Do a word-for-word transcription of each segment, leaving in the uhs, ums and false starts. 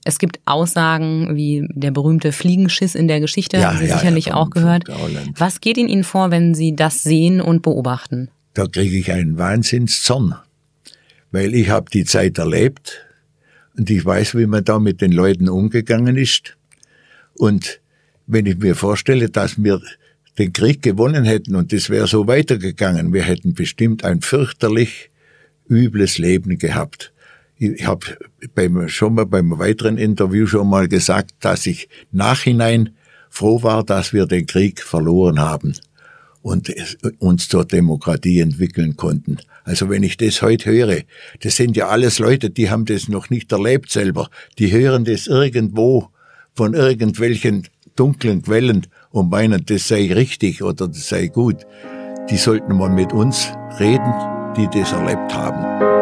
es gibt Aussagen wie der berühmte Fliegenschiss in der Geschichte, ja, haben Sie ja, sicherlich ja, auch gehört. Was geht in Ihnen vor, wenn Sie das sehen und beobachten? Da kriege ich einen Wahnsinnszorn, weil ich habe die Zeit erlebt und ich weiß, wie man da mit den Leuten umgegangen ist. Und wenn ich mir vorstelle, dass wir den Krieg gewonnen hätten und das wäre so weitergegangen, wir hätten bestimmt ein fürchterlich übles Leben gehabt. Ich habe beim, schon mal beim weiteren Interview schon mal gesagt, dass ich nachhinein froh war, dass wir den Krieg verloren haben und uns zur Demokratie entwickeln konnten. Also wenn ich das heute höre, das sind ja alles Leute, die haben das noch nicht erlebt selber. Die hören das irgendwo von irgendwelchen dunklen Quellen und meinen, das sei richtig oder das sei gut. Die sollten mal mit uns reden, die das erlebt haben.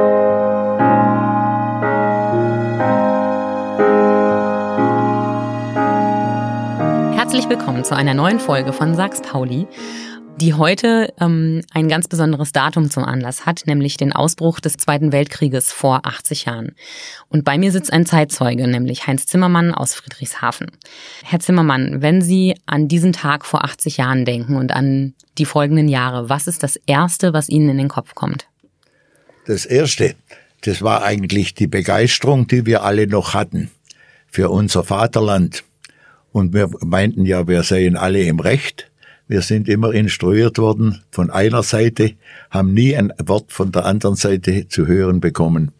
Herzlich willkommen zu einer neuen Folge von Sachs Pauli, die heute ähm, ein ganz besonderes Datum zum Anlass hat, nämlich den Ausbruch des Zweiten Weltkrieges vor achtzig Jahren. Und bei mir sitzt ein Zeitzeuge, nämlich Heinz Zimmermann aus Friedrichshafen. Herr Zimmermann, wenn Sie an diesen Tag vor achtzig Jahren denken und an die folgenden Jahre, was ist das Erste, was Ihnen in den Kopf kommt? Das Erste, das war eigentlich die Begeisterung, die wir alle noch hatten für unser Vaterland. Und wir meinten ja, wir seien alle im Recht. Wir sind immer instruiert worden von einer Seite, haben nie ein Wort von der anderen Seite zu hören bekommen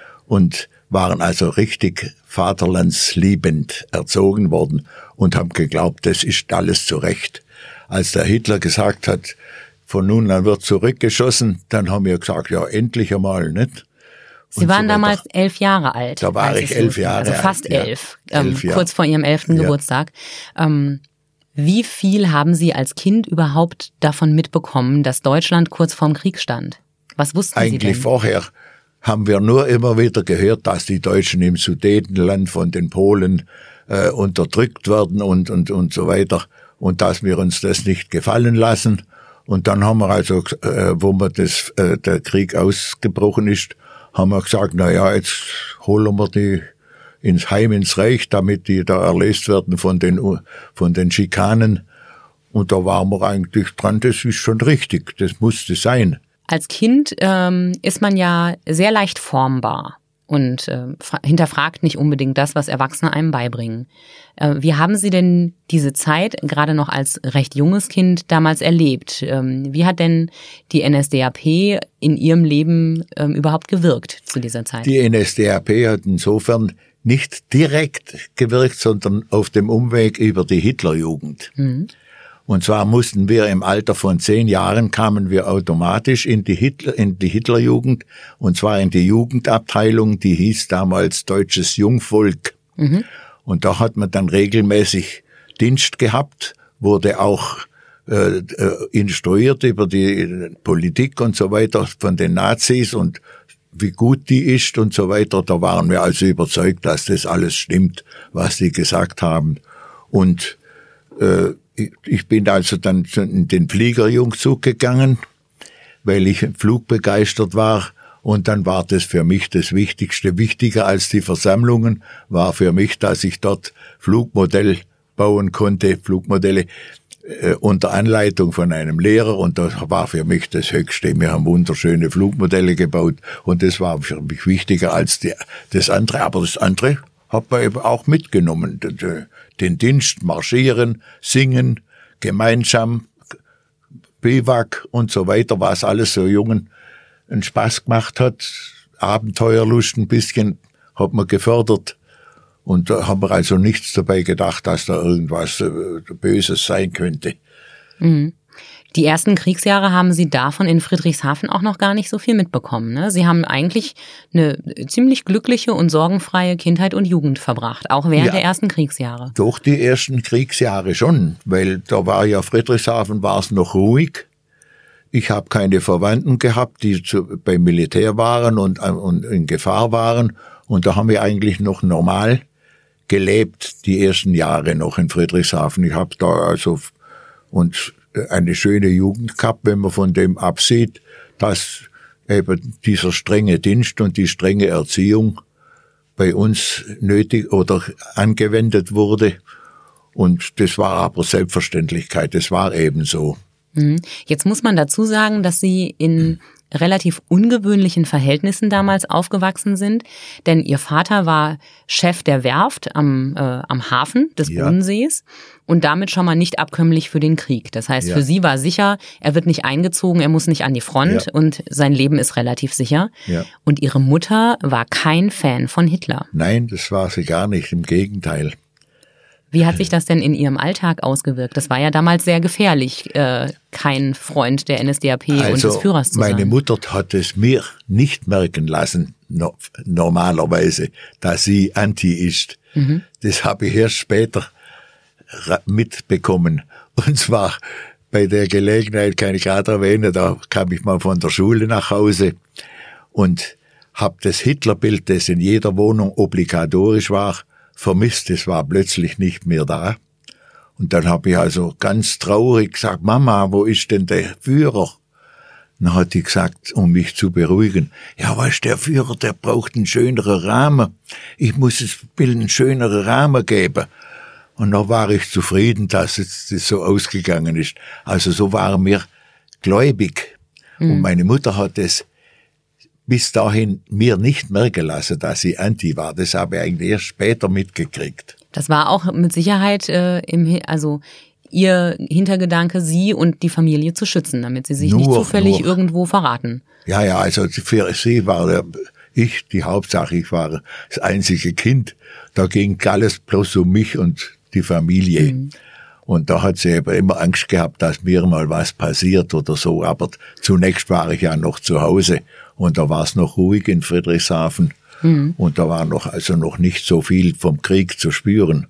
und waren also richtig vaterlandsliebend erzogen worden und haben geglaubt, das ist alles zu Recht. Als der Hitler gesagt hat, von nun an wird zurückgeschossen, dann haben wir gesagt, ja, endlich einmal, nicht? Sie waren so damals elf Jahre alt. Da war ich elf Jahre alt. Also fast alt, elf, ja. ähm, elf kurz vor Ihrem elften ja. Geburtstag. Ähm, wie viel haben Sie als Kind überhaupt davon mitbekommen, dass Deutschland kurz vorm Krieg stand? Was wussten Eigentlich Sie denn? Eigentlich vorher haben wir nur immer wieder gehört, dass die Deutschen im Sudetenland von den Polen äh, unterdrückt werden und, und, und so weiter und dass wir uns das nicht gefallen lassen. Und dann haben wir also, äh, wo wir das, äh, der Krieg ausgebrochen ist, haben wir gesagt, na ja, jetzt holen wir die ins Heim, ins Reich, damit die da erlöst werden von den, von den Schikanen. Und da waren wir eigentlich dran, das ist schon richtig, das musste sein. Als Kind ähm, ist man ja sehr leicht formbar und äh, hinterfragt nicht unbedingt das, was Erwachsene einem beibringen. Äh, wie haben Sie denn diese Zeit, gerade noch als recht junges Kind, damals erlebt? Ähm, wie hat denn die N S D A P in Ihrem Leben ähm, überhaupt gewirkt zu dieser Zeit? Die N S D A P hat insofern nicht direkt gewirkt, sondern auf dem Umweg über die Hitlerjugend. Mhm. Und zwar mussten wir im Alter von zehn Jahren, kamen wir automatisch in die Hitler, in die Hitlerjugend, und zwar in die Jugendabteilung, die hieß damals Deutsches Jungvolk. Mhm. Und da hat man dann regelmäßig Dienst gehabt, wurde auch äh, äh, instruiert über die Politik und so weiter von den Nazis und wie gut die ist und so weiter. Da waren wir also überzeugt, dass das alles stimmt, was die gesagt haben. Und äh, ich bin also dann in den Fliegerjungzug gegangen, weil ich flugbegeistert war. Und dann war das für mich das Wichtigste. Wichtiger als die Versammlungen war für mich, dass ich dort Flugmodell bauen konnte, Flugmodelle äh, unter Anleitung von einem Lehrer. Und das war für mich das Höchste. Wir haben wunderschöne Flugmodelle gebaut. Und das war für mich wichtiger als die, das andere. Aber das andere hat man eben auch mitgenommen. Den Dienst, marschieren, singen, gemeinsam, Biwak und so weiter, was alles so Jungen einen Spaß gemacht hat. Abenteuerlust ein bisschen hat man gefördert. Und da haben wir also nichts dabei gedacht, dass da irgendwas äh, Böses sein könnte. Mhm. Die ersten Kriegsjahre haben Sie davon in Friedrichshafen auch noch gar nicht so viel mitbekommen, ne? Sie haben eigentlich eine ziemlich glückliche und sorgenfreie Kindheit und Jugend verbracht, auch während ja, der ersten Kriegsjahre. Doch die ersten Kriegsjahre schon, weil da war ja Friedrichshafen, war es noch ruhig. Ich habe keine Verwandten gehabt, die zu, beim Militär waren und, und in Gefahr waren. Und da haben wir eigentlich noch normal gelebt, die ersten Jahre noch in Friedrichshafen. Ich habe da also und eine schöne Jugend gehabt, wenn man von dem absieht, dass eben dieser strenge Dienst und die strenge Erziehung bei uns nötig oder angewendet wurde. Und das war aber Selbstverständlichkeit, das war eben so. Jetzt muss man dazu sagen, dass Sie in relativ ungewöhnlichen Verhältnissen damals aufgewachsen sind, denn Ihr Vater war Chef der Werft am, äh, am Hafen des ja. Bodensees und damit schon mal nicht abkömmlich für den Krieg. Das heißt, ja. für Sie war sicher, er wird nicht eingezogen, er muss nicht an die Front ja. und sein Leben ist relativ sicher. Ja. Und Ihre Mutter war kein Fan von Hitler. Nein, das war sie gar nicht, im Gegenteil. Wie hat sich das denn in Ihrem Alltag ausgewirkt? Das war ja damals sehr gefährlich, äh, kein Freund der N S D A P also, und des Führers zu sein. Meine Mutter hat es mir nicht merken lassen, no, normalerweise, dass sie anti ist. Mhm. Das habe ich erst später mitbekommen. Und zwar bei der Gelegenheit, kann ich gerade erwähnen, da kam ich mal von der Schule nach Hause und habe das Hitlerbild, das in jeder Wohnung obligatorisch war, vermisst, es war plötzlich nicht mehr da. Und dann habe ich also ganz traurig gesagt, Mama, wo ist denn der Führer? Dann hat die gesagt, um mich zu beruhigen, ja, weißt, der Führer, der braucht einen schöneren Rahmen. Ich muss es Bild einen schöneren Rahmen geben. Und dann war ich zufrieden, dass es das so ausgegangen ist. Also so waren wir gläubig. Mhm. Und meine Mutter hat es bis dahin mir nicht merken lassen, dass sie anti war. Das habe ich eigentlich erst später mitgekriegt. Das war auch mit Sicherheit äh, im, also ihr Hintergedanke, sie und die Familie zu schützen, damit sie sich nur, nicht zufällig nur. irgendwo verraten. Ja, ja, also für sie war der, ich die Hauptsache. Ich war das einzige Kind. Da ging alles bloß um mich und die Familie. Mhm. Und da hat sie eben immer Angst gehabt, dass mir mal was passiert oder so. Aber zunächst war ich ja noch zu Hause. Und da war es noch ruhig in Friedrichshafen. Mhm. Und da war noch, also noch nicht so viel vom Krieg zu spüren.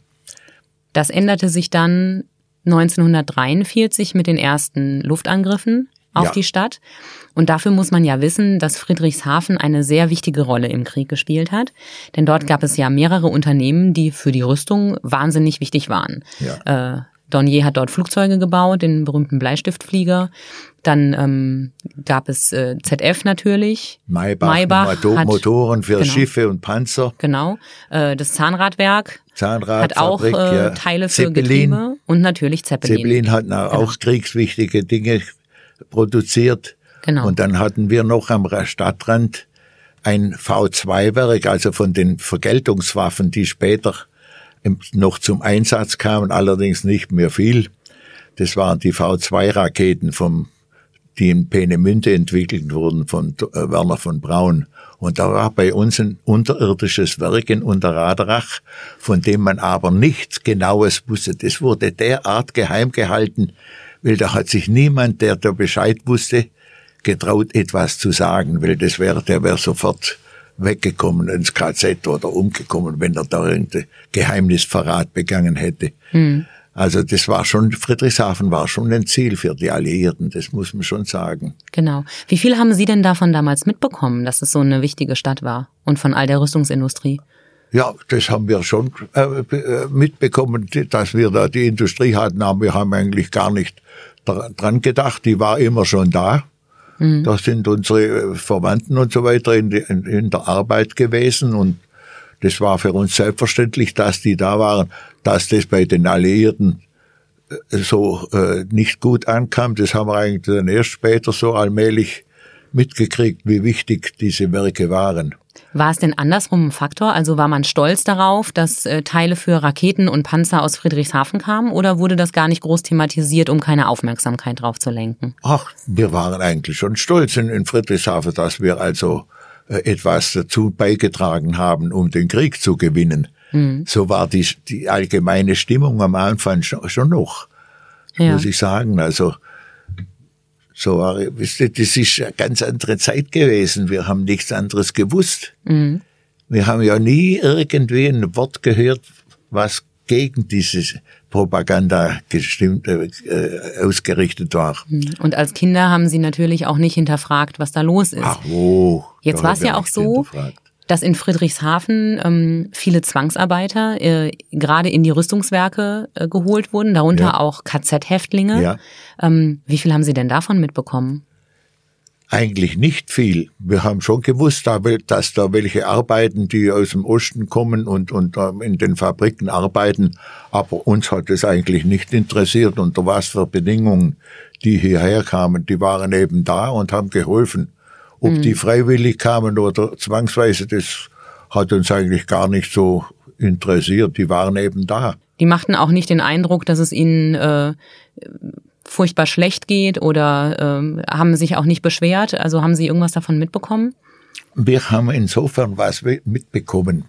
Das änderte sich dann neunzehnhundertdreiundvierzig mit den ersten Luftangriffen auf ja. die Stadt. Und dafür muss man ja wissen, dass Friedrichshafen eine sehr wichtige Rolle im Krieg gespielt hat. Denn dort gab es ja mehrere Unternehmen, die für die Rüstung wahnsinnig wichtig waren. Ja. Äh, Dornier hat dort Flugzeuge gebaut, den berühmten Bleistiftflieger. Dann ähm, gab es äh, Z F natürlich. Maybach, Maybach Motor, hat, Motoren für genau, Schiffe und Panzer. Genau. Äh, das Zahnradwerk Zahnrad, hat auch Fabrik, äh, ja. Teile für Zeppelin. Getriebe und natürlich Zeppelin. Zeppelin hat auch genau. kriegswichtige Dinge produziert. Genau. Und dann hatten wir noch am Stadtrand ein V zwei Werk, also von den Vergeltungswaffen, die später noch zum Einsatz kamen, allerdings nicht mehr viel. Das waren die V zwei Raketen, vom, die in Peenemünde entwickelt wurden von Werner von Braun. Und da war bei uns ein unterirdisches Werk in Unterraderach, von dem man aber nichts Genaues wusste. Das wurde derart geheim gehalten, weil da hat sich niemand, der da Bescheid wusste, getraut, etwas zu sagen, weil das wäre, der wäre sofort weggekommen ins K Z oder umgekommen, wenn er da irgendein Geheimnisverrat begangen hätte. Hm. Also das war schon, Friedrichshafen war schon ein Ziel für die Alliierten, das muss man schon sagen. Genau. Wie viel haben Sie denn davon damals mitbekommen, dass es so eine wichtige Stadt war und von all der Rüstungsindustrie? Ja, das haben wir schon äh, mitbekommen, dass wir da die Industrie hatten, aber wir haben eigentlich gar nicht dran gedacht, die war immer schon da. Mhm. Da sind unsere Verwandten und so weiter in, die, in, in der Arbeit gewesen und das war für uns selbstverständlich, dass die da waren. Dass das bei den Alliierten so äh, nicht gut ankam, das haben wir eigentlich dann erst später so allmählich mitgekriegt, wie wichtig diese Werke waren. War es denn andersrum ein Faktor? Also war man stolz darauf, dass äh, Teile für Raketen und Panzer aus Friedrichshafen kamen oder wurde das gar nicht groß thematisiert, um keine Aufmerksamkeit drauf zu lenken? Ach, wir waren eigentlich schon stolz in, in Friedrichshafen, dass wir also äh, etwas dazu beigetragen haben, um den Krieg zu gewinnen. Mhm. So war die, die allgemeine Stimmung am Anfang schon, schon noch, ja. muss ich sagen. Also so war, wisst ihr, das ist eine ganz andere Zeit gewesen. Wir haben nichts anderes gewusst. Mhm. Wir haben ja nie irgendwie ein Wort gehört, was gegen diese Propaganda gestimmt, äh, ausgerichtet war. Und als Kinder haben Sie natürlich auch nicht hinterfragt, was da los ist. Ach wo. Jetzt war es ja auch so, dass in Friedrichshafen ähm, viele Zwangsarbeiter äh, gerade in die Rüstungswerke äh, geholt wurden, darunter ja. auch K Z-Häftlinge. Ja. Ähm, wie viel haben Sie denn davon mitbekommen? Eigentlich nicht viel. Wir haben schon gewusst, dass da welche arbeiten, die aus dem Osten kommen und, und in den Fabriken arbeiten. Aber uns hat es eigentlich nicht interessiert, unter was für Bedingungen die hierher kamen. Die waren eben da und haben geholfen. Ob mhm. die freiwillig kamen oder zwangsweise, das hat uns eigentlich gar nicht so interessiert. Die waren eben da. Die machten auch nicht den Eindruck, dass es ihnen äh, furchtbar schlecht geht oder ähm, haben sich auch nicht beschwert? Also haben Sie irgendwas davon mitbekommen? Wir haben insofern was mitbekommen,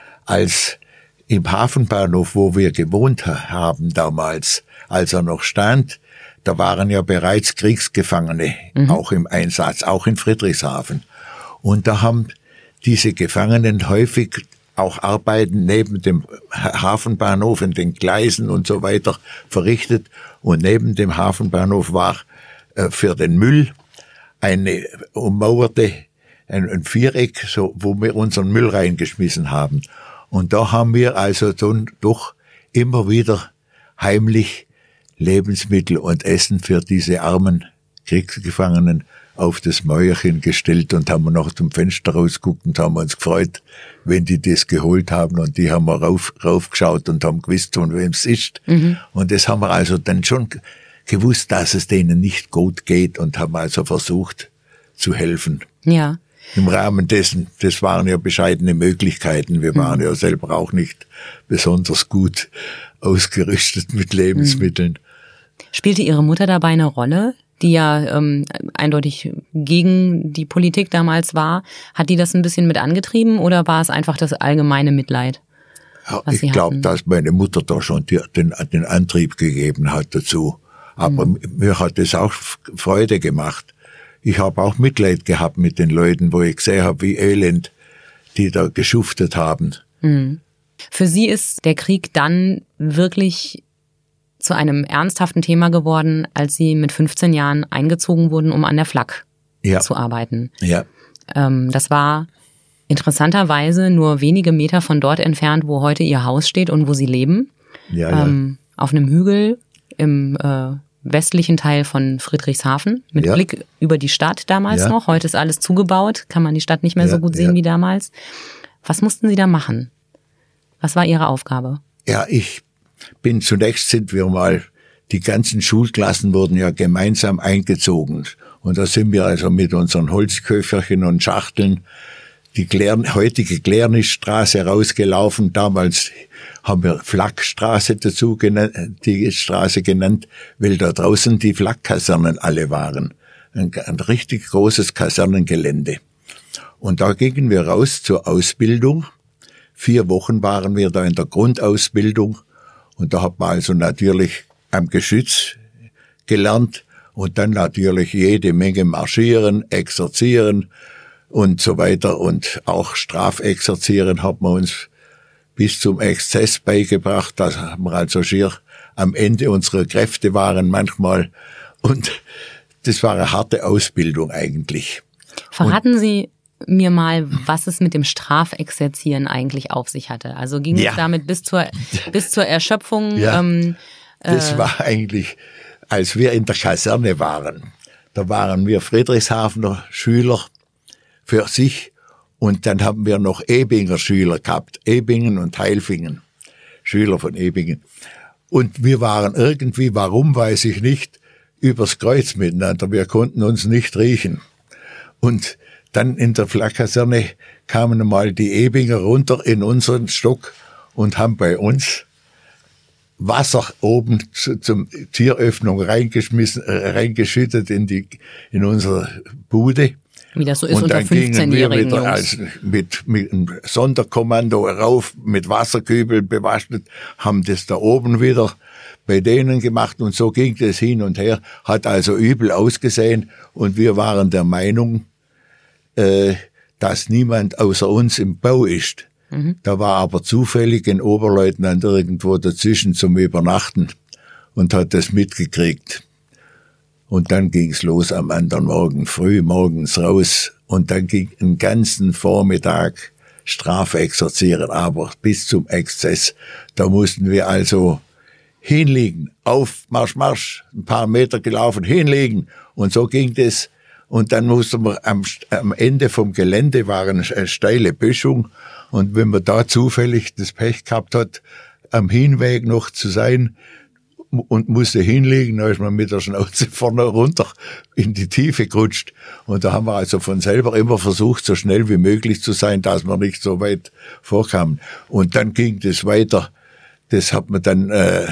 als im Hafenbahnhof, wo wir gewohnt haben damals, als er noch stand, da waren ja bereits Kriegsgefangene mhm. auch im Einsatz, auch in Friedrichshafen. Und da haben diese Gefangenen häufig auch Arbeiten neben dem Hafenbahnhof in den Gleisen und so weiter verrichtet. Und neben dem Hafenbahnhof war äh, für den Müll eine ummauerte, ein, ein Viereck, so, wo wir unseren Müll reingeschmissen haben. Und da haben wir also dann doch immer wieder heimlich Lebensmittel und Essen für diese armen Kriegsgefangenen auf das Mäuerchen gestellt und haben noch zum Fenster rausgeguckt und haben uns gefreut, wenn die das geholt haben, und die haben wir rauf, raufgeschaut und haben gewusst, von wem es ist. Mhm. Und das haben wir also dann schon gewusst, dass es denen nicht gut geht, und haben also versucht zu helfen. Ja. Im Rahmen dessen, das waren ja bescheidene Möglichkeiten. Wir waren mhm. ja selber auch nicht besonders gut ausgerüstet mit Lebensmitteln. Mhm. Spielte Ihre Mutter dabei eine Rolle, die ja ähm, eindeutig gegen die Politik damals war? Hat die das ein bisschen mit angetrieben oder war es einfach das allgemeine Mitleid? Ja, ich glaube, dass meine Mutter da schon die, den, den Antrieb gegeben hat dazu. Aber mhm. mir hat es auch Freude gemacht. Ich habe auch Mitleid gehabt mit den Leuten, wo ich gesehen habe, wie elend die da geschuftet haben. Mhm. Für Sie ist der Krieg dann wirklich zu einem ernsthaften Thema geworden, als Sie mit fünfzehn Jahren eingezogen wurden, um an der Flak ja. zu arbeiten. Ja. Ähm, das war interessanterweise nur wenige Meter von dort entfernt, wo heute Ihr Haus steht und wo Sie leben. Ja, ähm, ja. Auf einem Hügel im äh, westlichen Teil von Friedrichshafen, mit ja. Blick über die Stadt damals ja. noch. Heute ist alles zugebaut, kann man die Stadt nicht mehr ja, so gut sehen ja. wie damals. Was mussten Sie da machen? Was war Ihre Aufgabe? Ja, ich bin zunächst sind wir mal, die ganzen Schulklassen wurden ja gemeinsam eingezogen. Und da sind wir also mit unseren Holzköfferchen und Schachteln die Klern, heutige Klärnischstraße rausgelaufen. Damals haben wir Flakstraße dazu genannt, die Straße genannt, weil da draußen die Flakkasernen alle waren. Ein, ein richtig großes Kasernengelände. Und da gingen wir raus zur Ausbildung. Vier Wochen waren wir da in der Grundausbildung. Und da hat man also natürlich am Geschütz gelernt und dann natürlich jede Menge marschieren, exerzieren und so weiter. Und auch Strafexerzieren hat man uns bis zum Exzess beigebracht. Da haben wir also schier am Ende unserer Kräfte waren manchmal. Und das war eine harte Ausbildung eigentlich. Verraten und Sie mir mal, was es mit dem Strafexerzieren eigentlich auf sich hatte. Also ging ja. es damit bis zur bis zur Erschöpfung? Ja. Ähm, äh das war eigentlich, als wir in der Kaserne waren, da waren wir Friedrichshafener Schüler für sich und dann haben wir noch Ebinger Schüler gehabt, Ebingen und Heilfingen, Schüler von Ebingen. Und wir waren irgendwie, warum weiß ich nicht, übers Kreuz miteinander. Wir konnten uns nicht riechen. Und dann in der Flakkaserne kamen mal die Ebinger runter in unseren Stock und haben bei uns Wasser oben zu, zum Türöffnung reingeschmissen, äh, reingeschüttet in die in unsere Bude. Wie das so ist und unter dann gingen wir wieder Jungs. als, mit, mit einem Sonderkommando rauf, mit Wasserkübeln bewaschnet, haben das da oben wieder bei denen gemacht und so ging das hin und her, hat also übel ausgesehen und wir waren der Meinung, äh, dass niemand außer uns im Bau ist. Mhm. Da war aber zufällig ein Oberleutnant irgendwo dazwischen zum Übernachten und hat das mitgekriegt. Und dann ging's los am anderen Morgen, früh morgens raus und dann ging einen ganzen Vormittag Strafexerzieren, aber bis zum Exzess. Da mussten wir also hinlegen, auf, Marsch, Marsch, ein paar Meter gelaufen, hinlegen und so ging das Und dann musste man am, am Ende vom Gelände war eine steile Böschung. Und wenn man da zufällig das Pech gehabt hat, am Hinweg noch zu sein und musste hinlegen, da ist man mit der Schnauze vorne runter in die Tiefe gerutscht. Und da haben wir also von selber immer versucht, so schnell wie möglich zu sein, dass wir nicht so weit vorkamen. Und dann ging das weiter. Das hat man dann, äh,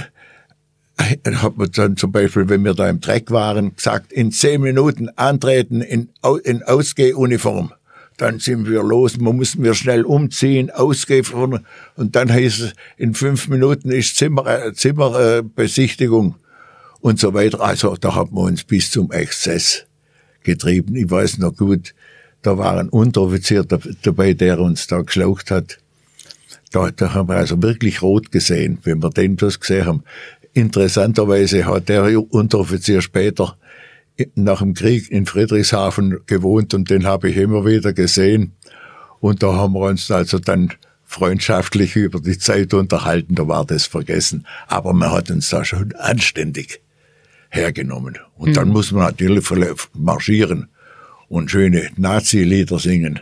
hat man dann zum Beispiel, wenn wir da im Dreck waren, gesagt, in zehn Minuten antreten in, in Ausgehuniform. Dann sind wir los, man mussten wir schnell umziehen, ausgehen, und dann heißt es, in fünf Minuten ist Zimmer, Zimmerbesichtigung und so weiter. Also da haben wir uns bis zum Exzess getrieben. Ich weiß noch gut, da war ein Unteroffizier dabei, der uns da geschlaucht hat. Da, da haben wir also wirklich rot gesehen, wenn wir den das gesehen haben. Interessanterweise hat der Unteroffizier später nach dem Krieg in Friedrichshafen gewohnt und den habe ich immer wieder gesehen. Und da haben wir uns also dann freundschaftlich über die Zeit unterhalten, da war das vergessen. Aber man hat uns da schon anständig hergenommen. Und mhm. dann muss man natürlich marschieren und schöne Nazi-Lieder singen.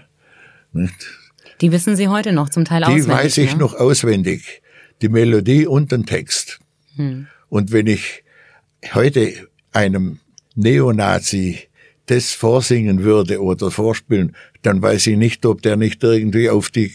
Die wissen Sie heute noch zum Teil auswendig? Die weiß ich ne? noch auswendig. Die Melodie und den Text. Mhm. Und wenn ich heute einem Neonazi das vorsingen würde oder vorspielen, dann weiß ich nicht, ob der nicht irgendwie auf die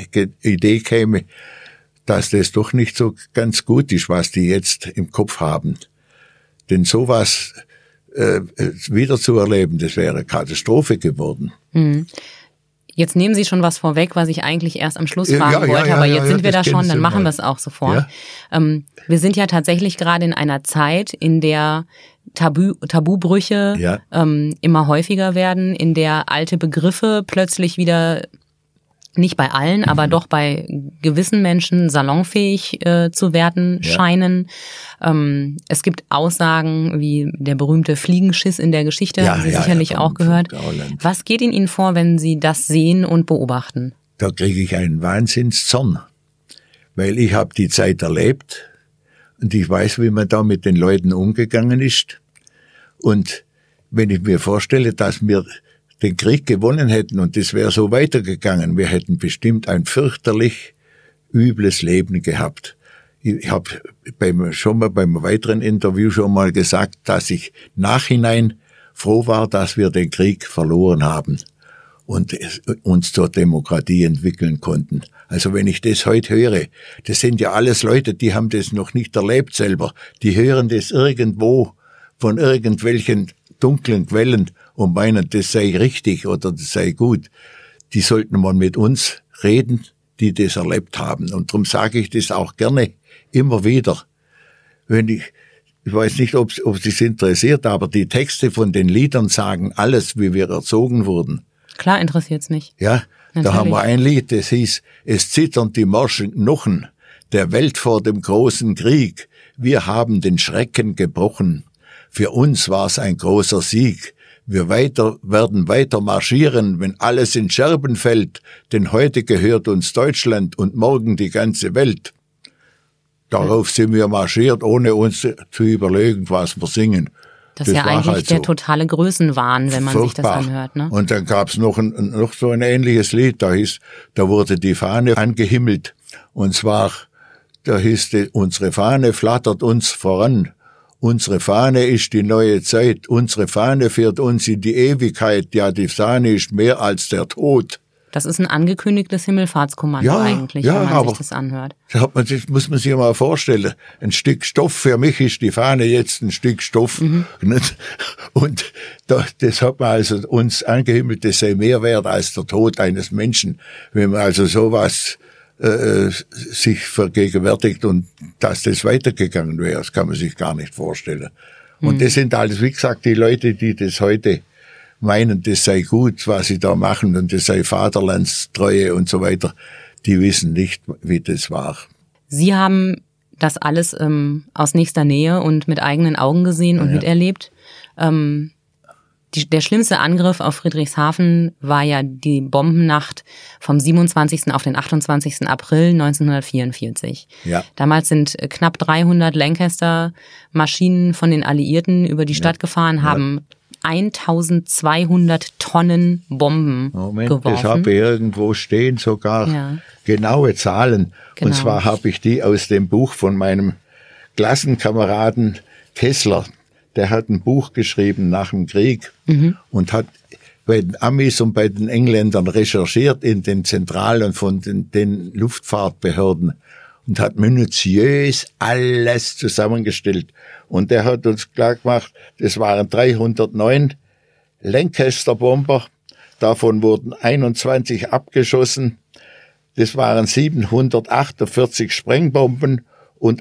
Idee käme, dass das doch nicht so ganz gut ist, was die jetzt im Kopf haben. Denn sowas äh, wieder zu erleben, das wäre Katastrophe geworden. Mhm. Jetzt nehmen Sie schon was vorweg, was ich eigentlich erst am Schluss fragen ja, ja, wollte, ja, aber ja, jetzt ja, sind wir da schon, dann machen mal. wir es auch sofort. Ja? Ähm, wir sind ja tatsächlich gerade in einer Zeit, in der Tabu, Tabubrüche ja. ähm, immer häufiger werden, in der alte Begriffe plötzlich wieder, nicht bei allen, mhm. aber doch bei gewissen Menschen salonfähig äh, zu werden ja. scheinen. Ähm, es gibt Aussagen wie der berühmte Fliegenschiss in der Geschichte, ja, haben Sie ja, sicherlich ja, auch gehört. Was geht in Ihnen vor, wenn Sie das sehen und beobachten? Da kriege ich einen Wahnsinnszorn, weil ich habe die Zeit erlebt und ich weiß, wie man da mit den Leuten umgegangen ist. Und wenn ich mir vorstelle, dass wir den Krieg gewonnen hätten und das wäre so weitergegangen, wir hätten bestimmt ein fürchterlich übles Leben gehabt. Ich habe beim, schon mal beim weiteren Interview schon mal gesagt, dass ich nachhinein froh war, dass wir den Krieg verloren haben und uns zur Demokratie entwickeln konnten. Also wenn ich das heute höre, das sind ja alles Leute, die haben das noch nicht erlebt selber. Die hören das irgendwo von irgendwelchen dunklen Quellen und meinen, das sei richtig oder das sei gut. Die sollten mal mit uns reden, die das erlebt haben. Und darum sage ich das auch gerne immer wieder. Wenn ich, ich weiß nicht, ob, ob es interessiert, aber die Texte von den Liedern sagen alles, wie wir erzogen wurden. Klar interessiert's mich. Ja, Natürlich. Da haben wir ein Lied, das hieß, es zittern die morschen Knochen der Welt vor dem großen Krieg. Wir haben den Schrecken gebrochen. Für uns war's ein großer Sieg. Wir weiter, werden weiter marschieren, wenn alles in Scherben fällt, denn heute gehört uns Deutschland und morgen die ganze Welt. Darauf sind wir marschiert, ohne uns zu überlegen, was wir singen. Das ist ja eigentlich halt der so totale Größenwahn, wenn man furchtbar. Sich das anhört. Ne? Und dann gab's noch, ein, noch so ein ähnliches Lied, da hieß, da wurde die Fahne angehimmelt. Und zwar, da hieß, die, unsere Fahne flattert uns voran. Unsere Fahne ist die neue Zeit, unsere Fahne führt uns in die Ewigkeit, ja, die Fahne ist mehr als der Tod. Das ist ein angekündigtes Himmelfahrtskommando ja, eigentlich, ja, wenn man aber sich das anhört. Das muss man sich mal vorstellen. Ein Stück Stoff, für mich ist die Fahne jetzt ein Stück Stoff. Mhm. Und das hat man also uns angehimmelt, das sei mehr wert als der Tod eines Menschen. Wenn man also sowas äh, sich vergegenwärtigt und dass das weitergegangen wäre, das kann man sich gar nicht vorstellen. Und mhm. das sind alles, wie gesagt, die Leute, die das heute meinen, das sei gut, was sie da machen und das sei Vaterlandstreue und so weiter, die wissen nicht, wie das war. Sie haben das alles ähm, aus nächster Nähe und mit eigenen Augen gesehen und ja. miterlebt. Ähm, die, der schlimmste Angriff auf Friedrichshafen war ja die Bombennacht vom siebenundzwanzigsten auf den achtundzwanzigsten April neunzehnhundertvierundvierzig. Ja. Damals sind knapp dreihundert Lancaster-Maschinen von den Alliierten über die Stadt ja. gefahren, haben ja. eintausendzweihundert Tonnen Bomben Moment, geworfen. das habe ich irgendwo stehen, sogar ja. genaue Zahlen. Genau. Und zwar habe ich die aus dem Buch von meinem Klassenkameraden Kessler. Der hat ein Buch geschrieben nach dem Krieg mhm. und hat bei den Amis und bei den Engländern recherchiert in den Zentralen von den, den Luftfahrtbehörden und hat minutiös alles zusammengestellt. Und der hat uns klar gemacht, das waren dreihundertneun Lancaster-Bomber, davon wurden einundzwanzig abgeschossen, das waren siebenhundertachtundvierzig Sprengbomben und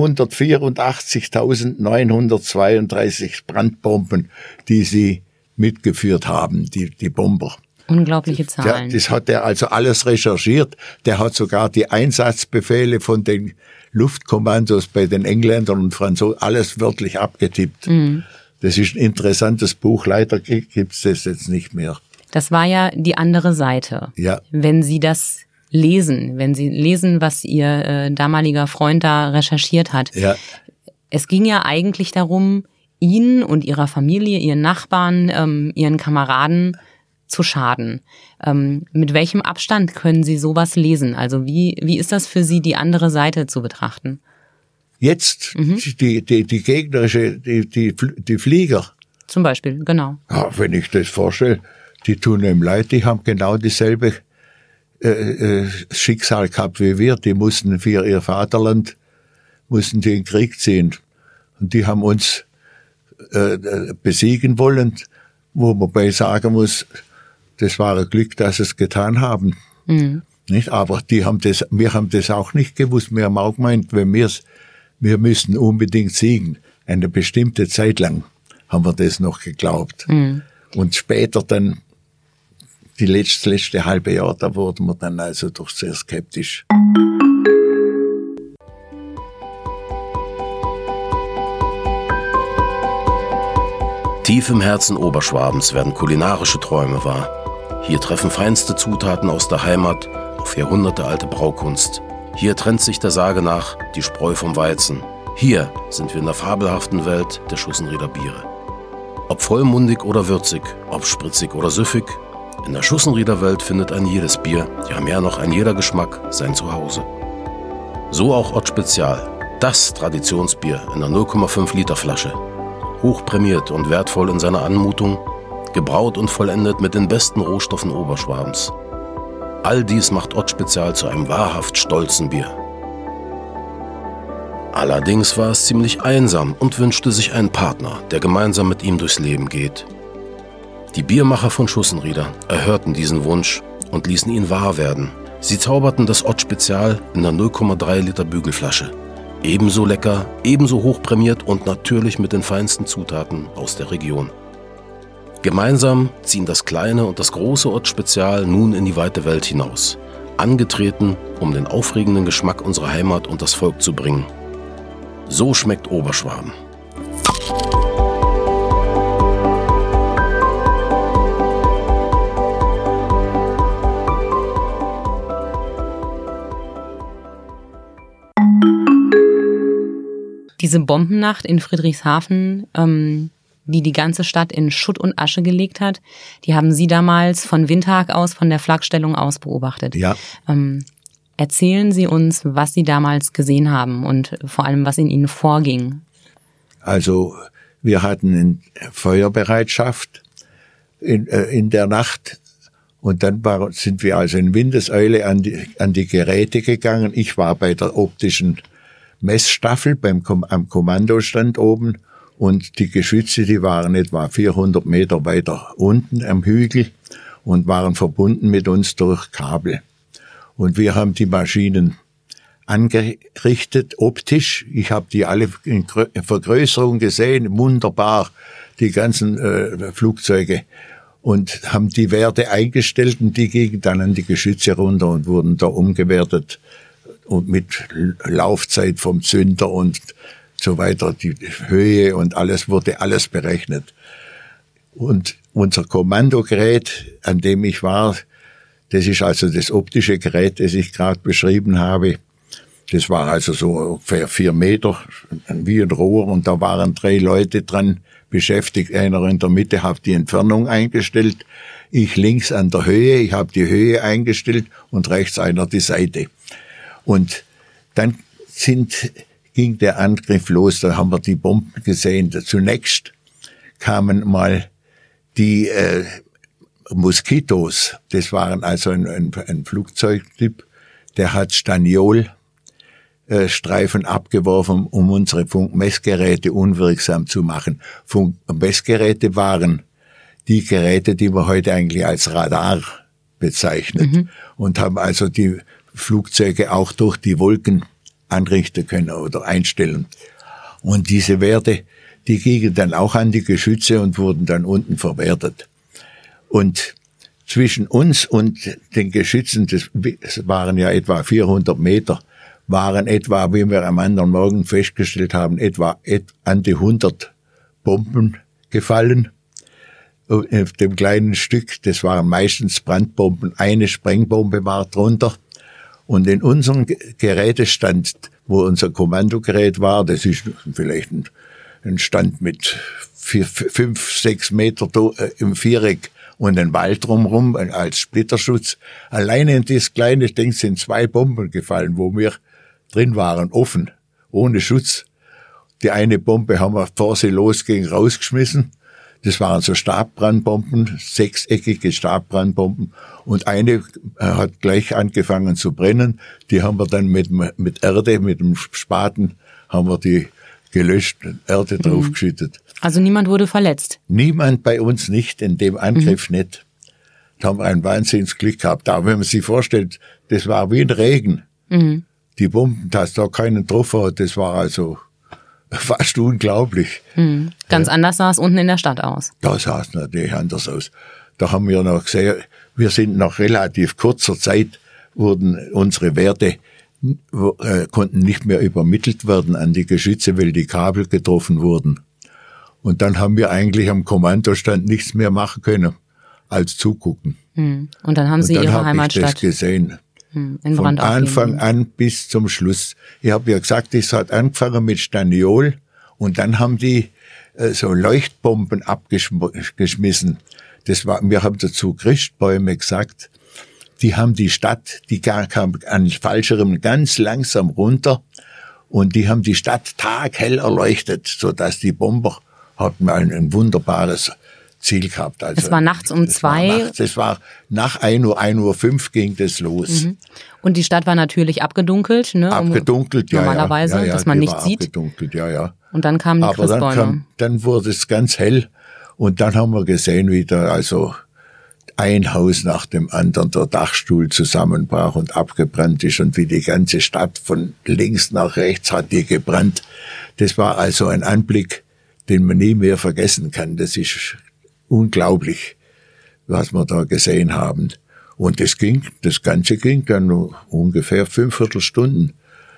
hundertvierundachtzigtausendneunhundertzweiunddreißig Brandbomben, die sie mitgeführt haben, die, die Bomber. Unglaubliche Zahlen. Der, das hat er also alles recherchiert. Der hat sogar die Einsatzbefehle von den Luftkommandos bei den Engländern und Franzosen alles wörtlich abgetippt. Mhm. Das ist ein interessantes Buch. Leider gibt's das jetzt nicht mehr. Das war ja die andere Seite. Ja. Wenn Sie das lesen, wenn Sie lesen, was Ihr äh, damaliger Freund da recherchiert hat. Ja. Es ging ja eigentlich darum, Ihnen und Ihrer Familie, Ihren Nachbarn, ähm, Ihren Kameraden zu schaden. Ähm, mit welchem Abstand können Sie sowas lesen? Also wie, wie ist das für Sie, die andere Seite zu betrachten? Jetzt, mhm. die, die, die gegnerische, die, die, die Flieger. Zum Beispiel, genau. Ja, wenn ich das vorstelle, die tun ihm leid, die haben genau dieselbe äh, äh, Schicksal gehabt wie wir. Die mussten für ihr Vaterland, mussten die in den Krieg ziehen. Und die haben uns äh, besiegen wollen, wo man bei sagen muss, das war ein Glück, dass sie es getan haben. Mhm. Nicht? Aber die haben das, wir haben das auch nicht gewusst. Wir haben auch gemeint, wenn wir's, wir müssen unbedingt siegen. Eine bestimmte Zeit lang haben wir das noch geglaubt. Mhm. Und später dann, die letzte, letzte halbe Jahr, da wurden wir dann also doch sehr skeptisch. Tief im Herzen Oberschwabens werden kulinarische Träume wahr. Hier treffen feinste Zutaten aus der Heimat auf jahrhundertealte Braukunst. Hier trennt sich der Sage nach die Spreu vom Weizen. Hier sind wir in der fabelhaften Welt der Schussenrieder Biere. Ob vollmundig oder würzig, ob spritzig oder süffig, in der Schussenrieder Welt findet ein jedes Bier, ja mehr noch ein jeder Geschmack, sein Zuhause. So auch Ott Spezial, das Traditionsbier in der null Komma fünf Liter Flasche. Hochprämiert und wertvoll in seiner Anmutung, gebraut und vollendet mit den besten Rohstoffen Oberschwabens. All dies macht Ott Spezial zu einem wahrhaft stolzen Bier. Allerdings war es ziemlich einsam und wünschte sich einen Partner, der gemeinsam mit ihm durchs Leben geht. Die Biermacher von Schussenrieder erhörten diesen Wunsch und ließen ihn wahr werden. Sie zauberten das Ott Spezial in der null Komma drei Liter Bügelflasche. Ebenso lecker, ebenso hochprämiert und natürlich mit den feinsten Zutaten aus der Region. Gemeinsam ziehen das kleine und das große Ott Spezial nun in die weite Welt hinaus. Angetreten, um den aufregenden Geschmack unserer Heimat und das Volk zu bringen. So schmeckt Oberschwaben. Diese Bombennacht in Friedrichshafen, ähm, die die ganze Stadt in Schutt und Asche gelegt hat, die haben Sie damals von Windhag aus, von der Flakstellung aus beobachtet. Ja. Ähm, erzählen Sie uns, was Sie damals gesehen haben und vor allem, was in Ihnen vorging. Also wir hatten eine Feuerbereitschaft in, äh, in der Nacht. Und dann war, sind wir also in Windeseile an die, an die Geräte gegangen. Ich war bei der optischen Messstaffel beim, am Kommandostand oben und die Geschütze, die waren etwa vierhundert Meter weiter unten am Hügel und waren verbunden mit uns durch Kabel. Und wir haben die Maschinen angerichtet, optisch. Ich habe die alle in Vergrößerung gesehen, wunderbar, die ganzen äh, Flugzeuge. Und haben die Werte eingestellt und die gingen dann an die Geschütze runter und wurden da umgewertet. Und mit Laufzeit vom Zünder und so weiter, die Höhe und alles wurde alles berechnet. Und unser Kommandogerät, an dem ich war, das ist also das optische Gerät, das ich gerade beschrieben habe, Das war also so ungefähr vier Meter, wie ein Rohr, und da waren drei Leute dran beschäftigt. Einer in der Mitte hat die Entfernung eingestellt, ich links an der Höhe, ich habe die Höhe eingestellt und rechts einer die Seite. Und dann sind, ging der Angriff los, da haben wir die Bomben gesehen. Zunächst kamen mal die äh, Moskitos, das waren also ein, ein, ein Flugzeugtyp, der hat Staniol Streifen abgeworfen, um unsere Funkmessgeräte unwirksam zu machen. Funkmessgeräte waren die Geräte, die man heute eigentlich als Radar bezeichnet, mhm. und haben also die Flugzeuge auch durch die Wolken anrichten können oder einstellen. Und diese Werte, die gingen dann auch an die Geschütze und wurden dann unten verwertet. Und zwischen uns und den Geschützen, das waren ja etwa vierhundert Meter, waren etwa, wie wir am anderen Morgen festgestellt haben, etwa an die hundert Bomben gefallen. Auf dem kleinen Stück, das waren meistens Brandbomben, eine Sprengbombe war drunter. Und in unserem Gerätestand, wo unser Kommandogerät war, das ist vielleicht ein, ein Stand mit vier, fünf, sechs Meter im Viereck und ein Wald drumherum als Splitterschutz. Alleine in dieses kleine Ding sind zwei Bomben gefallen, wo wir drin waren, offen, ohne Schutz. Die eine Bombe haben wir, bevor sie losging, rausgeschmissen. Das waren so Stabbrandbomben, sechseckige Stabbrandbomben. Und eine hat gleich angefangen zu brennen. Die haben wir dann mit, mit Erde, mit dem Spaten, haben wir die gelöscht, Erde draufgeschüttet. Also niemand wurde verletzt? Niemand bei uns nicht, in dem Angriff mhm. nicht. Da haben wir ein Wahnsinnsglück gehabt. Aber wenn man sich vorstellt, das war wie ein Regen. Mhm. Die Bomben, dass da keinen drauf hat, das war also fast unglaublich. Mhm. Ganz ja. anders sah es unten in der Stadt aus. Da sah es natürlich anders aus. Da haben wir noch gesehen, wir sind nach relativ kurzer Zeit, wurden unsere Werte, äh, konnten nicht mehr übermittelt werden an die Geschütze, weil die Kabel getroffen wurden. Und dann haben wir eigentlich am Kommandostand nichts mehr machen können, als zugucken. Mhm. Und dann haben Sie Und dann Ihre hab Heimatstadt ich das gesehen. In Von Brand Anfang an bis zum Schluss. Ich habe ja gesagt, es hat angefangen mit Staniol und dann haben die äh, so Leuchtbomben abgeschmissen. Das war, wir haben dazu Christbäume gesagt. Die haben die Stadt, die kam an Fallschirmen ganz langsam runter und die haben die Stadt taghell erleuchtet, sodass die Bomber hatten ein, ein wunderbares Ziel gehabt. Also, es war nachts um es zwei. War nachts, es war nach ein Uhr, ein Uhr fünf ging das los. Mhm. Und die Stadt war natürlich abgedunkelt, ne? Abgedunkelt, um, ja. Normalerweise, ja, ja, dass man nichts sieht. Abgedunkelt, ja, ja. Und dann kamen die Aber Christbäume. Dann, kam, dann wurde es ganz hell und dann haben wir gesehen, wie da also ein Haus nach dem anderen der Dachstuhl zusammenbrach und abgebrannt ist und wie die ganze Stadt von links nach rechts hat die gebrannt. Das war also ein Anblick, den man nie mehr vergessen kann. Das ist unglaublich, was wir da gesehen haben. Und das ging, das Ganze ging dann ungefähr fünf Viertelstunden,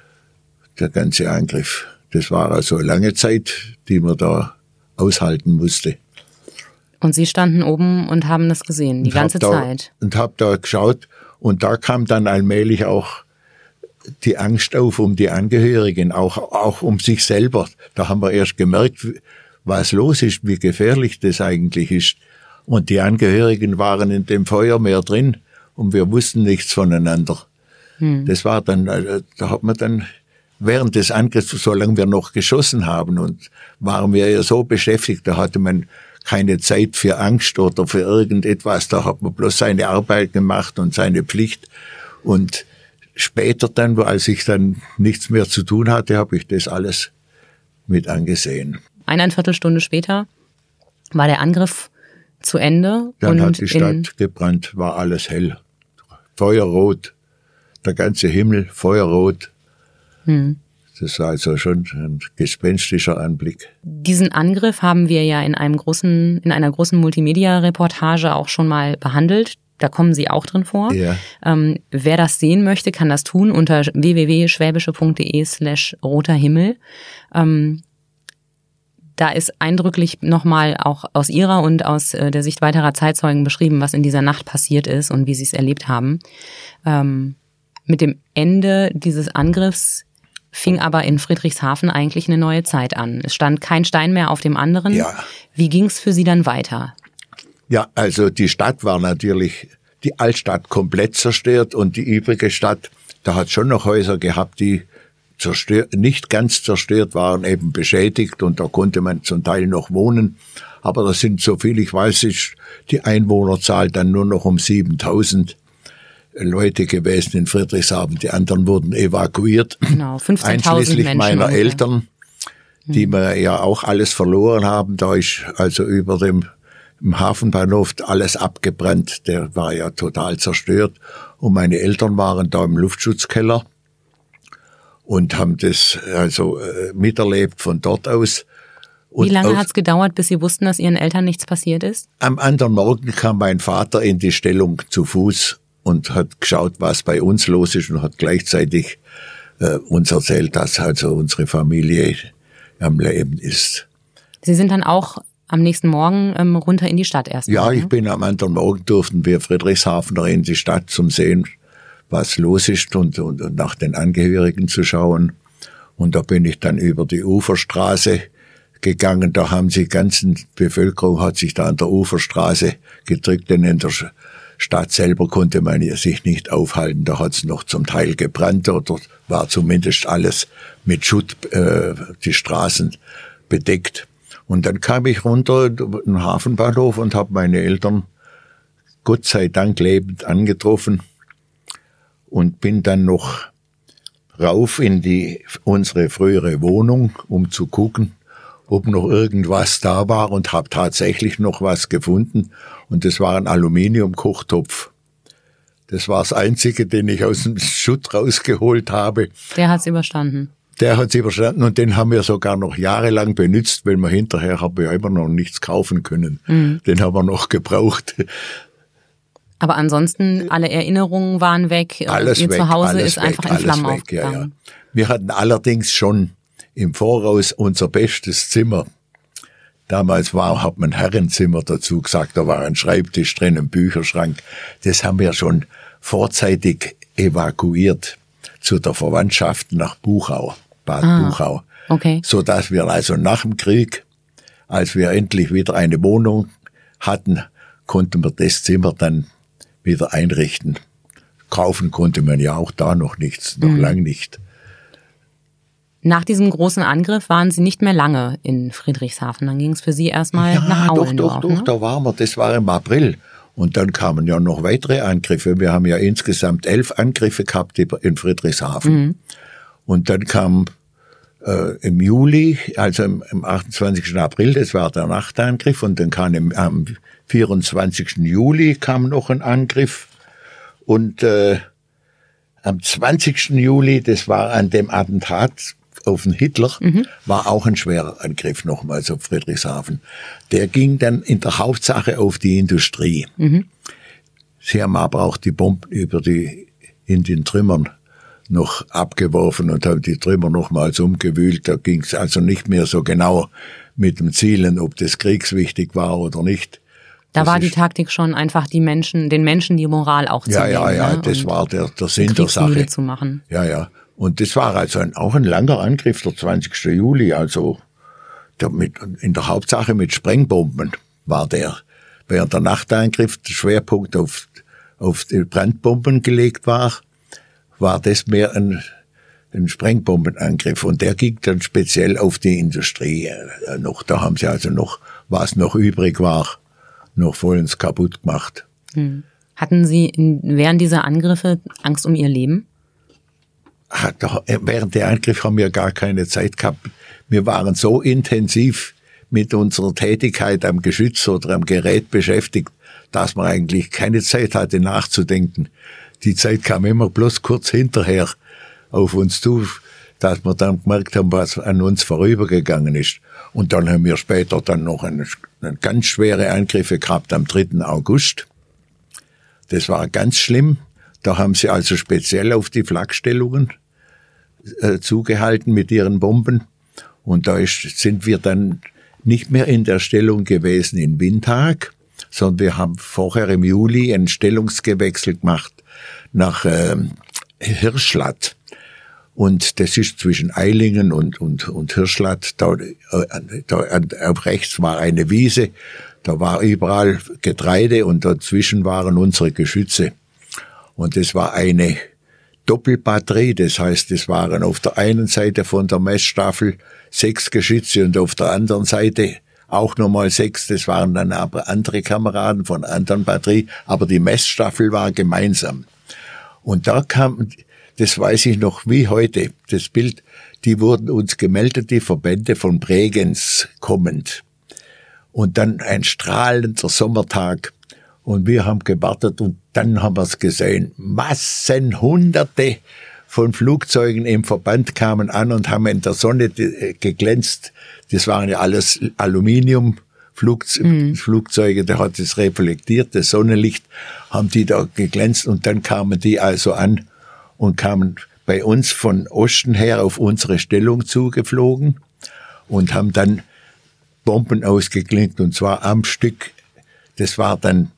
der ganze Angriff. Das war also eine lange Zeit, die man da aushalten musste. Und Sie standen oben und haben das gesehen, die und ganze da, Zeit? Und hab da geschaut und da kam dann allmählich auch die Angst auf um die Angehörigen, auch, auch um sich selber. Da haben wir erst gemerkt, was los ist, wie gefährlich das eigentlich ist. Und die Angehörigen waren in dem Feuermeer drin und wir wussten nichts voneinander. Hm. Das war dann, da hat man dann während des Angriffs, solange wir noch geschossen haben und waren wir ja so beschäftigt, da hatte man keine Zeit für Angst oder für irgendetwas, da hat man bloß seine Arbeit gemacht und seine Pflicht. Und später dann, als ich dann nichts mehr zu tun hatte, habe ich das alles mit angesehen. Eineinviertel Stunde später war der Angriff zu Ende. Dann und hat die Stadt gebrannt, war alles hell. Feuerrot, der ganze Himmel feuerrot. Hm. Das war also schon ein gespenstischer Anblick. Diesen Angriff haben wir ja in einem großen, in einer großen Multimedia-Reportage auch schon mal behandelt. Da kommen Sie auch drin vor. Ja. Ähm, wer das sehen möchte, kann das tun unter w w w punkt schwäbische punkt de slash roter Himmel. Ähm, Da ist eindrücklich nochmal auch aus Ihrer und aus der Sicht weiterer Zeitzeugen beschrieben, was in dieser Nacht passiert ist und wie Sie es erlebt haben. Ähm, Mit dem Ende dieses Angriffs fing aber in Friedrichshafen eigentlich eine neue Zeit an. Es stand kein Stein mehr auf dem anderen. Ja. Wie ging es für Sie dann weiter? Ja, also die Stadt war natürlich, die Altstadt komplett zerstört und die übrige Stadt, da hat es schon noch Häuser gehabt, die zerstört, nicht ganz zerstört waren, eben beschädigt und da konnte man zum Teil noch wohnen. Aber das sind, so viel ich weiß, ist die Einwohnerzahl dann nur noch um siebentausend Leute gewesen in Friedrichshafen. Die anderen wurden evakuiert. Genau, fünfzehntausend einschließlich Menschen. meiner ungefähr. Eltern, die wir ja auch alles verloren haben. Da ist also über dem im Hafenbahnhof alles abgebrannt. Der war ja total zerstört. Und meine Eltern waren da im Luftschutzkeller und haben das also äh, miterlebt von dort aus. Und Wie lange auf, hat es gedauert, bis Sie wussten, dass Ihren Eltern nichts passiert ist? Am anderen Morgen kam mein Vater in die Stellung zu Fuß und hat geschaut, was bei uns los ist und hat gleichzeitig äh, uns erzählt, dass also unsere Familie am Leben ist. Sie sind dann auch am nächsten Morgen ähm, runter in die Stadt erst. Ja, mal, ich ne? bin am anderen Morgen durften wir Friedrichshafener in die Stadt zum Sehen, was los ist und, und, und nach den Angehörigen zu schauen. Und da bin ich dann über die Uferstraße gegangen. Da haben sie, die ganze Bevölkerung hat sich da an der Uferstraße gedrückt, denn in der Stadt selber konnte man sich nicht aufhalten. Da hat es noch zum Teil gebrannt oder war zumindest alles mit Schutt, äh, die Straßen bedeckt. Und dann kam ich runter in den Hafenbahnhof und habe meine Eltern Gott sei Dank lebend angetroffen und bin dann noch rauf in die unsere frühere Wohnung, um zu gucken, ob noch irgendwas da war, und habe tatsächlich noch was gefunden. Und das war ein Aluminiumkochtopf. Das war das Einzige, den ich aus dem Schutt rausgeholt habe. Der hat's überstanden. Der hat's überstanden und den haben wir sogar noch jahrelang benutzt, weil wir hinterher haben wir immer noch nichts kaufen können. Mhm. Den haben wir noch gebraucht. Aber ansonsten, alle Erinnerungen waren weg. Alles Ihr weg, Zuhause alles ist einfach weg, in Flammen alles weg, ja, aufgegangen. ja. Wir hatten allerdings schon im Voraus unser bestes Zimmer. Damals war, hat man Herrenzimmer dazu gesagt, da war ein Schreibtisch drin, ein Bücherschrank. Das haben wir schon vorzeitig evakuiert zu der Verwandtschaft nach Buchau, Bad ah, Buchau. Okay. So dass wir also nach dem Krieg, als wir endlich wieder eine Wohnung hatten, konnten wir das Zimmer dann wieder einrichten. Kaufen konnte man ja auch da noch nichts, noch mhm. lang nicht. Nach diesem großen Angriff waren Sie nicht mehr lange in Friedrichshafen. Dann ging es für Sie erstmal ja, nach doch, Aulendorf. doch, doch, ne? da waren wir. Das war im April. Und dann kamen ja noch weitere Angriffe. Wir haben ja insgesamt elf Angriffe gehabt in Friedrichshafen. Mhm. Und dann kam äh, im Juli, also im, im achtundzwanzigsten April, das war der Nachtangriff. Und dann kam im, am vierundzwanzigsten Juli kam noch ein Angriff. Und äh, am zwanzigsten Juli, das war an dem Attentat auf den Hitler, mhm. war auch ein schwerer Angriff nochmals auf Friedrichshafen. Der ging dann in der Hauptsache auf die Industrie. Mhm. Sie haben aber auch die Bomben über die, in den Trümmern noch abgeworfen und haben die Trümmer nochmals umgewühlt. Da ging es also nicht mehr so genau mit dem Zielen, ob das kriegswichtig war oder nicht. Da das war die Taktik schon einfach, die Menschen, den Menschen die Moral auch zu ja, nehmen. Ja, ja, ja, ne? das und war der, der Sinn der Sache. Zu machen. Ja, ja. Und das war also ein, auch ein langer Angriff, der zwanzigsten Juli, also der mit, in der Hauptsache mit Sprengbomben war der. Während der Nachtangriff der Schwerpunkt auf, auf die Brandbomben gelegt war, war das mehr ein, ein Sprengbombenangriff. Und der ging dann speziell auf die Industrie äh, noch. Da haben sie also noch, was noch übrig war, noch vollends kaputt gemacht. Hm. Hatten Sie in, während dieser Angriffe Angst um Ihr Leben? Während der Angriff haben wir gar keine Zeit gehabt. Wir waren so intensiv mit unserer Tätigkeit am Geschütz oder am Gerät beschäftigt, dass man eigentlich keine Zeit hatte nachzudenken. Die Zeit kam immer bloß kurz hinterher auf uns zu, dass wir dann gemerkt haben, was an uns vorübergegangen ist. Und dann haben wir später dann noch eine, eine ganz schwere Angriffe gehabt am dritten August. Das war ganz schlimm. Da haben sie also speziell auf die Flakstellungen äh, zugehalten mit ihren Bomben. Und da ist, sind wir dann nicht mehr in der Stellung gewesen in Windhag, sondern wir haben vorher im Juli einen Stellungsgewechsel gemacht nach äh, Hirschlatt. Und das ist zwischen Eilingen und, und, und Hirschlatt. Da, da, auf rechts war eine Wiese, da war überall Getreide und dazwischen waren unsere Geschütze. Und das war eine Doppelbatterie, das heißt, es waren auf der einen Seite von der Messstaffel sechs Geschütze und auf der anderen Seite auch nochmal sechs. Das waren dann aber andere Kameraden von einer anderen Batterie, aber die Messstaffel war gemeinsam. Und da kam, das weiß ich noch wie heute, das Bild, die wurden uns gemeldet, die Verbände von Bregenz kommend. Und dann ein strahlender Sommertag. Und wir haben gewartet und dann haben wir es gesehen. Massen, Hunderte von Flugzeugen im Verband kamen an und haben in der Sonne geglänzt. Das waren ja alles Aluminiumflugzeuge, mhm. Da hat es reflektiert, das Sonnenlicht, haben die da geglänzt und dann kamen die also an und kamen bei uns von Osten her auf unsere Stellung zugeflogen und haben dann Bomben ausgeklinkt und zwar am Stück. Das war dann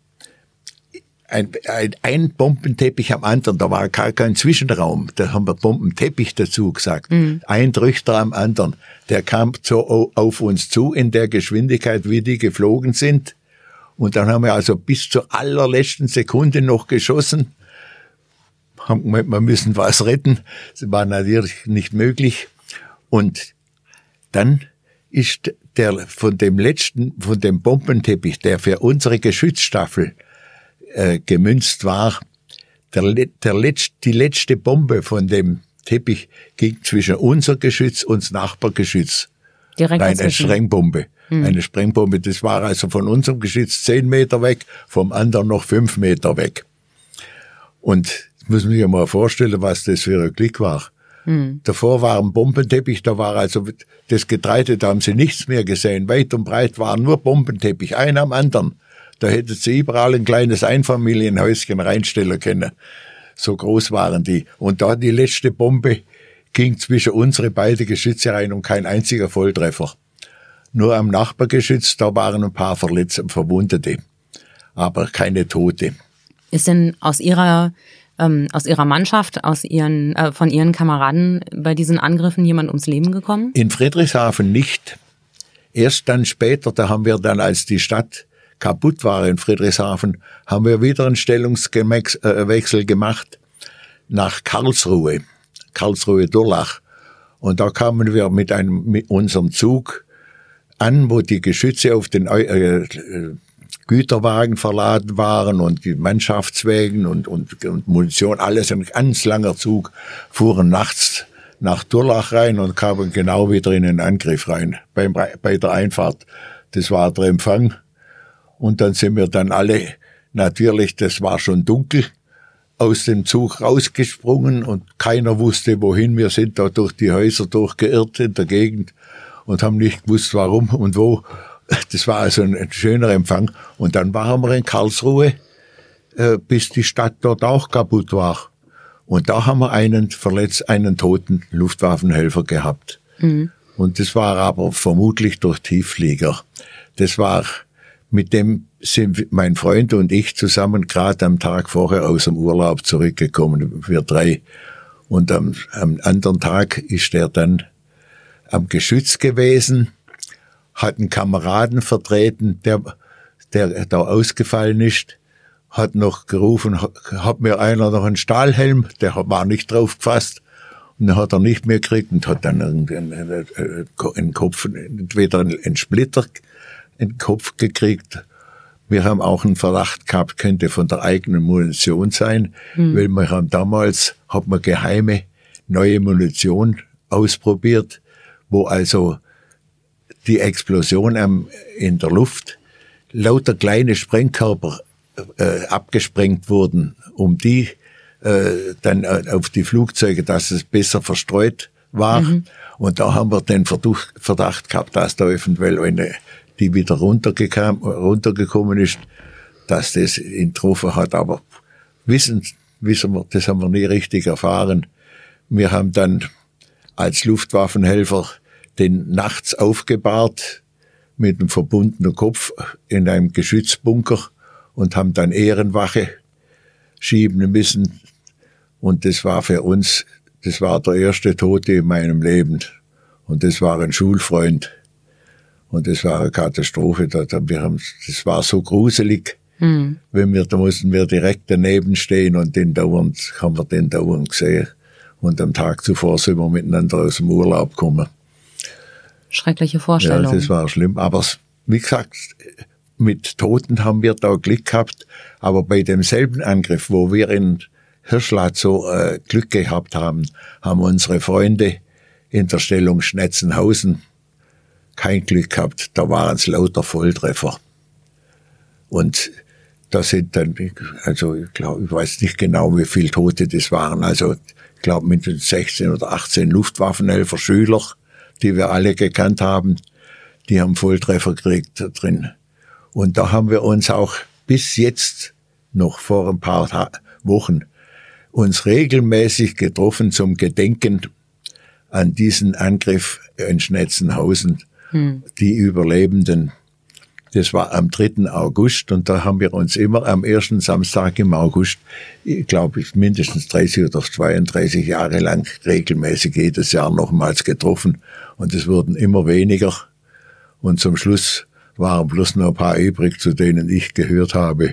Ein, ein, ein Bombenteppich am anderen, da war gar kein Zwischenraum, da haben wir Bombenteppich dazu gesagt. Mhm. Ein Trichter am anderen, der kam so auf uns zu in der Geschwindigkeit, wie die geflogen sind. Und dann haben wir also bis zur allerletzten Sekunde noch geschossen, haben gemeint, wir müssen was retten. Das war natürlich nicht möglich. Und dann ist der von dem letzten, von dem Bombenteppich, der für unsere Geschützstaffel Äh, gemünzt war, der, der Letz-, die letzte Bombe von dem Teppich ging zwischen unser Geschütz und das Nachbargeschütz. Direkt Nein, eine Sprengbombe. Hm. Eine Sprengbombe, das war also von unserem Geschütz zehn Meter weg, vom anderen noch fünf Meter weg. Und das muss man sich mal vorstellen, was das für ein Glück war. Hm. Davor war ein Bombenteppich, da war also das Getreide, da haben sie nichts mehr gesehen. Weit und breit war nur Bombenteppich, einer am anderen. Da hätten sie überall ein kleines Einfamilienhäuschen reinstellen können. So groß waren die. Und da die letzte Bombe ging zwischen unsere beiden Geschütze rein und kein einziger Volltreffer. Nur am Nachbargeschütz, da waren ein paar Verletzte und Verwundete. Aber keine Tote. Ist denn aus Ihrer, ähm, aus Ihrer Mannschaft, aus Ihren, äh, von Ihren Kameraden bei diesen Angriffen jemand ums Leben gekommen? In Friedrichshafen nicht. Erst dann später, da haben wir dann, als die Stadt kaputt war in Friedrichshafen, haben wir wieder einen Stellungswechsel gemacht nach Karlsruhe, Karlsruhe-Durlach. Und da kamen wir mit einem, mit unserem Zug an, wo die Geschütze auf den äh, Güterwagen verladen waren und die Mannschaftswägen und, und, und Munition, alles ein ganz langer Zug, fuhren nachts nach Durlach rein und kamen genau wieder in den Angriff rein, beim, bei der Einfahrt. Das war der Empfang. Und dann sind wir dann alle, natürlich, das war schon dunkel, aus dem Zug rausgesprungen und keiner wusste, wohin. Wir sind da durch die Häuser durchgeirrt in der Gegend und haben nicht gewusst, warum und wo. Das war also ein, ein schöner Empfang. Und dann waren wir in Karlsruhe, äh, bis die Stadt dort auch kaputt war. Und da haben wir einen verletzt, einen toten Luftwaffenhelfer gehabt. Mhm. Und das war aber vermutlich durch Tiefflieger. Das war... Mit dem sind mein Freund und ich zusammen gerade am Tag vorher aus dem Urlaub zurückgekommen, wir drei. Und am, am anderen Tag ist er dann am Geschütz gewesen, hat einen Kameraden vertreten, der, der da ausgefallen ist, hat noch gerufen, hat mir einer noch einen Stahlhelm, der war nicht drauf gefasst. Und dann hat er nicht mehr gekriegt und hat dann einen, einen, einen Kopf, entweder einen Splitter in den Kopf gekriegt. Wir haben auch einen Verdacht gehabt, könnte von der eigenen Munition sein, mhm. weil wir haben damals, hat man geheime neue Munition ausprobiert, wo also die Explosion am, in der Luft lauter kleine Sprengkörper äh, abgesprengt wurden, um die äh, dann äh, auf die Flugzeuge, dass es besser verstreut war. Mhm. Und da haben wir den Verdacht, Verdacht gehabt, dass da eventuell eine die wieder runtergekam, runtergekommen ist, dass das ihn getroffen hat. Aber wissen, wissen wir, das haben wir nie richtig erfahren. Wir haben dann als Luftwaffenhelfer den nachts aufgebahrt mit einem verbundenen Kopf in einem Geschützbunker und haben dann Ehrenwache schieben müssen. Und das war für uns, das war der erste Tote in meinem Leben. Und das war ein Schulfreund. Und das war eine Katastrophe. Da, da, wir haben, das war so gruselig. Mhm. Wenn wir, da mussten wir direkt daneben stehen und den dauernd, haben wir den dauernd gesehen. Und am Tag zuvor sind wir miteinander aus dem Urlaub gekommen. Schreckliche Vorstellung. Ja, das war schlimm. Aber wie gesagt, mit Toten haben wir da Glück gehabt. Aber bei demselben Angriff, wo wir in Hirschlad so äh, Glück gehabt haben, haben unsere Freunde in der Stellung Schnetzenhausen kein Glück gehabt. Da waren es lauter Volltreffer. Und da sind dann, also ich glaube, ich weiß nicht genau, wie viele Tote das waren. Also ich glaube mit den sechzehn oder achtzehn Luftwaffenhelfer Schüler, die wir alle gekannt haben, die haben Volltreffer gekriegt da drin. Und da haben wir uns auch bis jetzt, noch vor ein paar Ta- Wochen, uns regelmäßig getroffen zum Gedenken an diesen Angriff in Schnetzenhausen. Hm. Die Überlebenden. Das war am dritten August und da haben wir uns immer am ersten Samstag im August, ich glaube mindestens dreißig oder zweiunddreißig Jahre lang regelmäßig jedes Jahr nochmals getroffen und es wurden immer weniger und zum Schluss waren bloß noch ein paar übrig, zu denen ich gehört habe.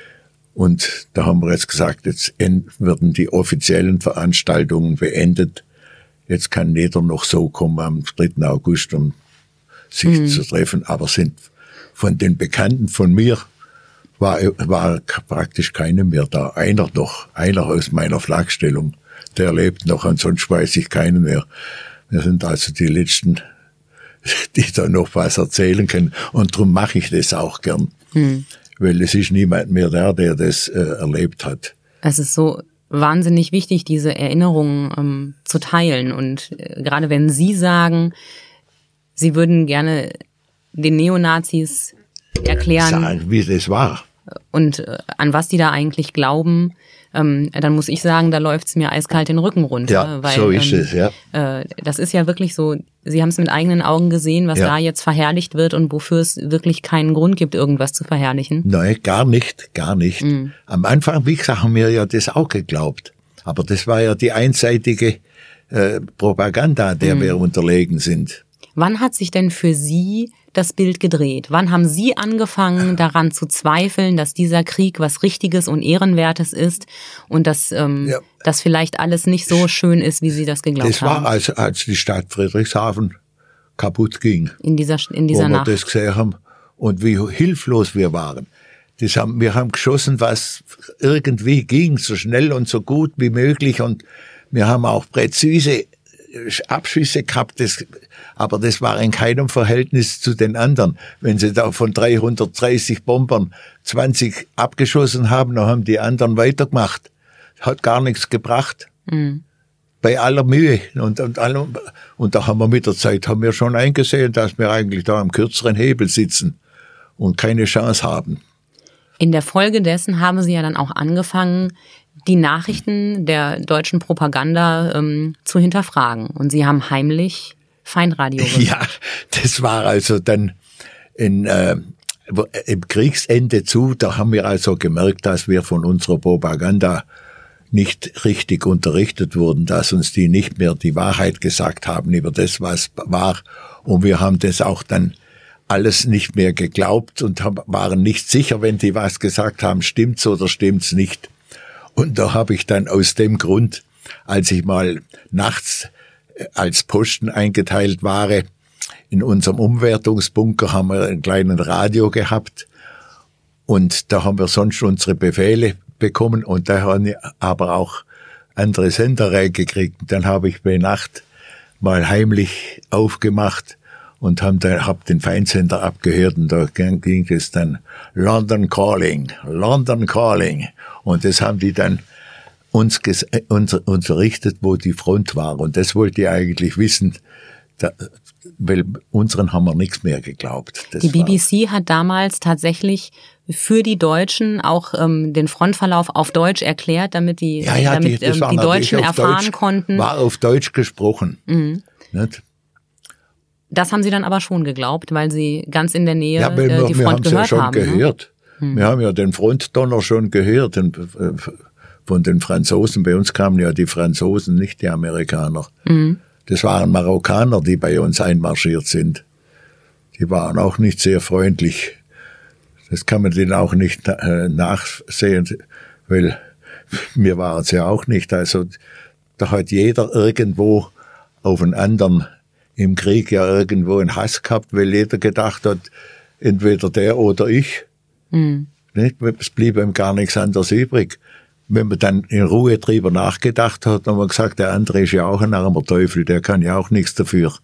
Und da haben wir jetzt gesagt, jetzt werden die offiziellen Veranstaltungen beendet. Jetzt kann jeder noch so kommen am dritten August, um sich mhm. zu treffen, aber sind von den Bekannten von mir war, war praktisch keiner mehr da. Einer noch, einer aus meiner Flakstellung, der lebt noch, ansonsten weiß ich keinen mehr. Wir sind also die Letzten, die da noch was erzählen können. Und darum mache ich das auch gern, mhm. weil es ist niemand mehr da, der das äh, erlebt hat. Es ist so wahnsinnig wichtig, diese Erinnerungen ähm, zu teilen. Und äh, gerade wenn Sie sagen, Sie würden gerne den Neonazis erklären, sagen, wie das war. Und äh, an was die da eigentlich glauben, ähm, dann muss ich sagen, da läuft's mir eiskalt den Rücken runter. Ja, weil, so ist ähm, es, ja. Äh, das ist ja wirklich so, Sie haben es mit eigenen Augen gesehen, was ja. da jetzt verherrlicht wird und wofür es wirklich keinen Grund gibt, irgendwas zu verherrlichen. Nein, gar nicht, gar nicht. Mhm. Am Anfang, wie gesagt, haben wir ja das auch geglaubt. Aber das war ja die einseitige äh, Propaganda, der mhm. wir unterlegen sind. Wann hat sich denn für Sie das Bild gedreht? Wann haben Sie angefangen, daran zu zweifeln, dass dieser Krieg was Richtiges und Ehrenwertes ist und dass ähm, ja. das vielleicht alles nicht so schön ist, wie Sie das geglaubt das haben? Das war, als, als die Stadt Friedrichshafen kaputt ging. In dieser, in dieser wo Nacht. Wo wir das gesehen haben und wie hilflos wir waren. Das haben, wir haben geschossen, was irgendwie ging, so schnell und so gut wie möglich und wir haben auch präzise Abschüsse gehabt, das, aber das war in keinem Verhältnis zu den anderen. Wenn sie da von dreihundertdreißig Bombern zwanzig abgeschossen haben, dann haben die anderen weitergemacht. Hat gar nichts gebracht. Mhm. Bei aller Mühe. Und, und, allem, und da haben wir mit der Zeit haben wir schon eingesehen, dass wir eigentlich da am kürzeren Hebel sitzen und keine Chance haben. In der Folge dessen haben Sie ja dann auch angefangen, die Nachrichten der deutschen Propaganda ähm, zu hinterfragen. Und Sie haben heimlich Feindradio gemacht. Ja, das war also dann in, äh, im Kriegsende zu, da haben wir also gemerkt, dass wir von unserer Propaganda nicht richtig unterrichtet wurden, dass uns die nicht mehr die Wahrheit gesagt haben über das, was war. Und wir haben das auch dann alles nicht mehr geglaubt und haben, waren nicht sicher, wenn die was gesagt haben, stimmt's oder stimmt's nicht. Und da habe ich dann aus dem Grund, als ich mal nachts als Posten eingeteilt war, in unserem Umwertungsbunker haben wir einen kleinen Radio gehabt und da haben wir sonst unsere Befehle bekommen und da haben wir aber auch andere Sender reingekriegt. Dann habe ich bei Nacht mal heimlich aufgemacht und haben dann, hab den Feindsender abgehört und da ging es dann London Calling, London Calling. Und das haben die dann uns, ges- uns unterrichtet, wo die Front war. Und das wollte ich eigentlich wissen, da, weil unseren haben wir nichts mehr geglaubt. Das die B B C hat damals tatsächlich für die Deutschen auch ähm, den Frontverlauf auf Deutsch erklärt, damit die, ja, ja, damit, die, ähm, die Deutschen erfahren Deutsch, konnten. War auf Deutsch gesprochen. Mhm. Nicht? Das haben Sie dann aber schon geglaubt, weil Sie ganz in der Nähe ja, weil äh, wir, die wir Front gehört ja haben. schon gehört. Ne? Wir haben ja den Frontdonner schon gehört, den, von den Franzosen. Bei uns kamen ja die Franzosen, nicht die Amerikaner. Mhm. Das waren Marokkaner, die bei uns einmarschiert sind. Die waren auch nicht sehr freundlich. Das kann man denen auch nicht äh, nachsehen, weil wir waren es ja auch nicht. Also da hat jeder irgendwo auf einen anderen im Krieg ja irgendwo einen Hass gehabt, weil jeder gedacht hat, entweder der oder ich. Mhm. Nicht? Es blieb ihm gar nichts anderes übrig. Wenn man dann in Ruhe drüber nachgedacht hat, haben wir gesagt, der andere ist ja auch ein armer Teufel, der kann ja auch nichts dafür.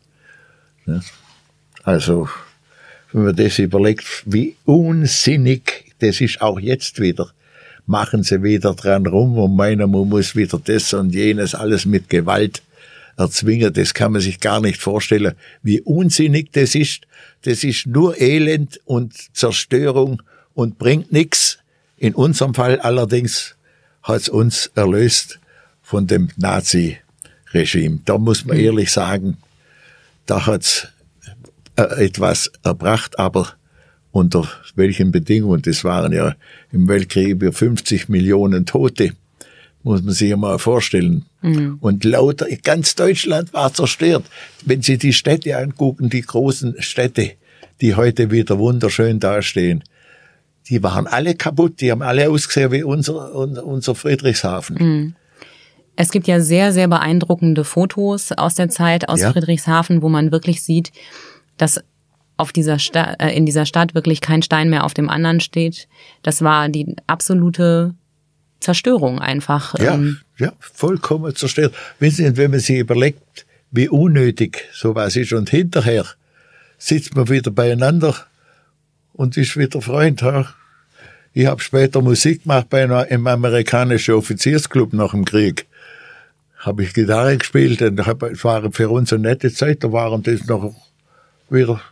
Also, wenn man das überlegt, wie unsinnig, das ist auch jetzt wieder, machen sie wieder dran rum und meinen, man muss wieder das und jenes alles mit Gewalt erzwingen, das kann man sich gar nicht vorstellen, wie unsinnig das ist. Das ist nur Elend und Zerstörung und bringt nichts. In unserem Fall allerdings hat es uns erlöst von dem Nazi-Regime. Da muss man ehrlich sagen, da hat es äh, etwas erbracht, aber unter welchen Bedingungen? Das waren ja im Weltkrieg über fünfzig Millionen Tote, muss man sich ja mal vorstellen. Mhm. Und lauter, ganz Deutschland war zerstört. Wenn Sie die Städte angucken, die großen Städte, die heute wieder wunderschön dastehen, die waren alle kaputt, die haben alle ausgesehen wie unser, unser Friedrichshafen. Mhm. Es gibt ja sehr, sehr beeindruckende Fotos aus der Zeit aus ja. Friedrichshafen, wo man wirklich sieht, dass auf dieser Sta- äh, in dieser Stadt wirklich kein Stein mehr auf dem anderen steht. Das war die absolute Zerstörung einfach. Ja, ähm, ja, vollkommen zerstört. Wissen Sie, wenn man sich überlegt, wie unnötig sowas ist und hinterher sitzt man wieder beieinander und ist wieder Freund. Ich habe später Musik gemacht bei einem, einem amerikanischen Offiziersclub nach dem Krieg. Habe ich Gitarre gespielt und es war für uns eine nette Zeit. Da waren das noch wieder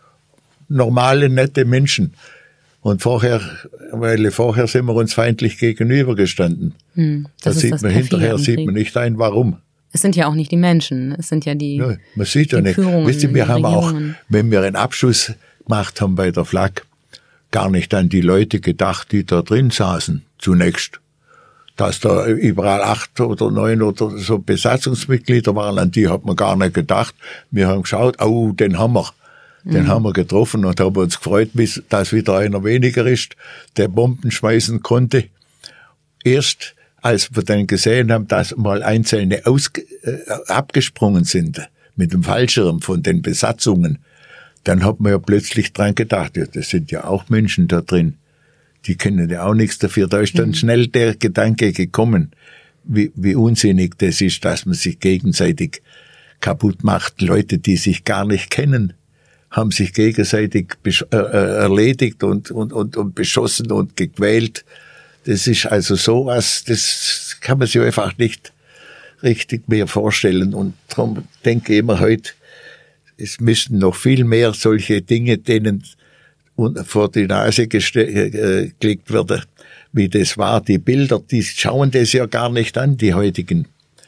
normale, nette Menschen. Und vorher, weil vorher sind wir uns feindlich gegenübergestanden. Hm, da sieht man hinterher, sieht man nicht ein, warum. Es sind ja auch nicht die Menschen, es sind ja die ja, man sieht ja nicht. Wisst ihr, wir haben auch, wenn wir einen Abschuss gemacht haben bei der Flak, gar nicht an die Leute gedacht, die da drin saßen, zunächst. Dass da überall acht oder neun oder so Besatzungsmitglieder waren, an die hat man gar nicht gedacht. Wir haben geschaut, oh, den haben wir. Den mhm. haben wir getroffen und haben uns gefreut, dass wieder einer weniger ist, der Bomben schmeißen konnte. Erst als wir dann gesehen haben, dass mal Einzelne ausge, äh, abgesprungen sind mit dem Fallschirm von den Besatzungen, dann hat man ja plötzlich dran gedacht, ja, das sind ja auch Menschen da drin. Die können ja auch nichts dafür. Da ist dann mhm. schnell der Gedanke gekommen, wie, wie unsinnig das ist, dass man sich gegenseitig kaputt macht. Leute, die sich gar nicht kennen, haben sich gegenseitig besch- äh, erledigt und, und, und, und beschossen und gequält. Das ist also sowas, das kann man sich einfach nicht richtig mehr vorstellen. Und darum denke ich immer heute, es müssten noch viel mehr solche Dinge denen vor die Nase geste- gelegt werden, wie das war. Die Bilder, die schauen das ja gar nicht an, die heutigen.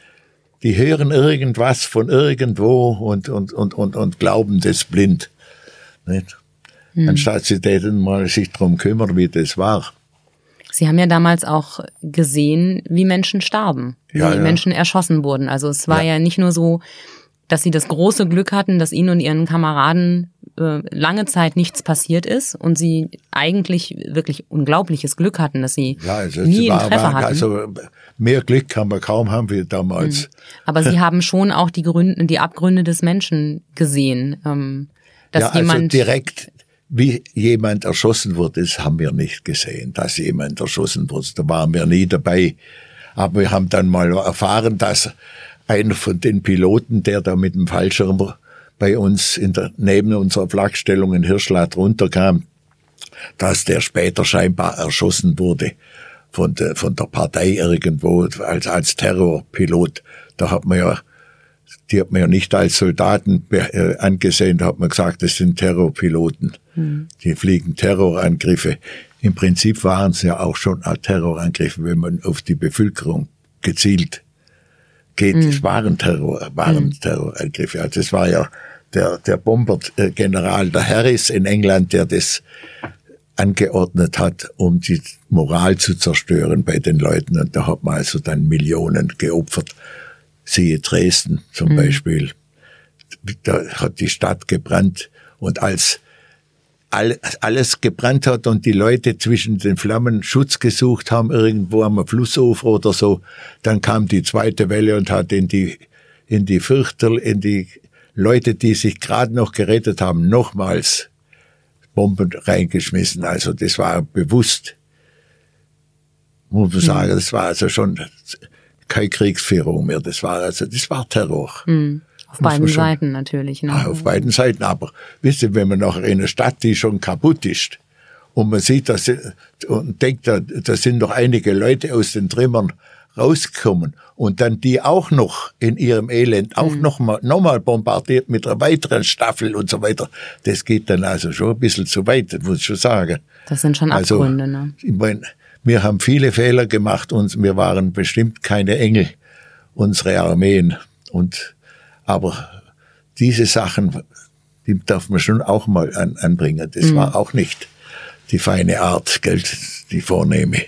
Die hören irgendwas von irgendwo und, und, und, und, und glauben das blind. Nicht? Hm. Anstatt sie denen mal sich drum kümmern, wie das war. Sie haben ja damals auch gesehen, wie Menschen starben, wie ja, ja. Menschen erschossen wurden. Also es war ja. ja nicht nur so, dass Sie das große Glück hatten, dass Ihnen und Ihren Kameraden äh, lange Zeit nichts passiert ist und Sie eigentlich wirklich unglaubliches Glück hatten, dass Sie ja, also nie einen Treffer war, hatten. Also mehr Glück kann man kaum haben wie damals. Hm. Aber Sie haben schon auch die Gründe, die Abgründe des Menschen gesehen. Ähm, dass ja, jemand also direkt, wie jemand erschossen wurde, das haben wir nicht gesehen, dass jemand erschossen wurde. Da waren wir nie dabei. Aber wir haben dann mal erfahren, dass einer von den Piloten, der da mit dem Fallschirm bei uns in der, neben unserer Flakstellung in Hirschlad runterkam, dass der später scheinbar erschossen wurde von der, von der Partei irgendwo als, als Terrorpilot. Da hat man ja Die hat man ja nicht als Soldaten äh, angesehen, da hat man gesagt, das sind Terrorpiloten. Mhm. Die fliegen Terrorangriffe. Im Prinzip waren es ja auch schon Terrorangriffe, wenn man auf die Bevölkerung gezielt geht. Mhm. Es waren Terror, waren mhm. Terrorangriffe. Also es war ja der, der Bombergeneral, der Harris in England, der das angeordnet hat, um die Moral zu zerstören bei den Leuten. Und da hat man also dann Millionen geopfert. Siehe Dresden zum mhm. Beispiel. Da hat die Stadt gebrannt. Und als alles gebrannt hat und die Leute zwischen den Flammen Schutz gesucht haben, irgendwo am Flussufer oder so, dann kam die zweite Welle und hat in die, in die Viertel, in die Leute, die sich gerade noch gerettet haben, nochmals Bomben reingeschmissen. Also das war bewusst, muss man sagen, das war also schon keine Kriegsführung mehr, das war also, das war Terror. Mhm. Auf beiden Seiten natürlich. Ne? Auf beiden Seiten, aber wisst ihr, wenn man nachher in einer Stadt, die schon kaputt ist, und man sieht, dass, und denkt, da, da sind noch einige Leute aus den Trümmern rausgekommen, und dann die auch noch in ihrem Elend auch mhm. noch mal, noch mal bombardiert mit einer weiteren Staffel und so weiter, das geht dann also schon ein bisschen zu weit, das muss ich schon sagen. Das sind schon Abgründe, also, ne? Ich meine, wir haben viele Fehler gemacht und wir waren bestimmt keine Engel, unsere Armeen, und aber diese Sachen, die darf man schon auch mal an, anbringen. Das mhm. war auch nicht die feine Art, Geld, die vornehme.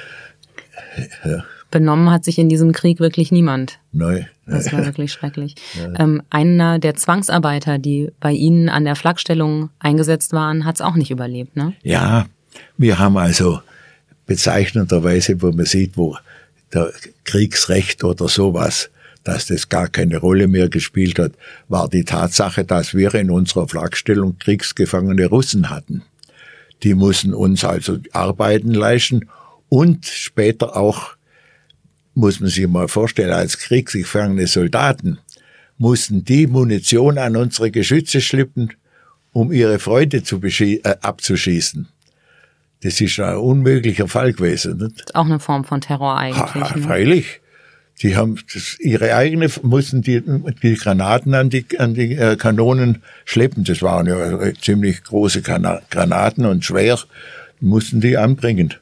Ja. Benommen hat sich in diesem Krieg wirklich niemand. Nein. Das war wirklich schrecklich. Ähm, einer der Zwangsarbeiter, die bei Ihnen an der Flakstellung eingesetzt waren, hat es auch nicht überlebt, ne? Ja, wir haben also bezeichnenderweise, wo man sieht, wo der Kriegsrecht oder sowas, dass das gar keine Rolle mehr gespielt hat, war die Tatsache, dass wir in unserer Flakstellung kriegsgefangene Russen hatten. Die mussten uns also Arbeiten leisten und später auch, muss man sich mal vorstellen, als kriegsgefangene Soldaten mussten die Munition an unsere Geschütze schleppen, um ihre Freunde zu beschie- äh, abzuschießen. Das ist ein unmöglicher Fall gewesen. Nicht? Das ist auch eine Form von Terror eigentlich. Ha, ne? Freilich. Die haben das, ihre eigene, mussten die, die Granaten an die, an die äh, Kanonen schleppen. Das waren ja ziemlich große Kana- Granaten und schwer, mussten die anbringen.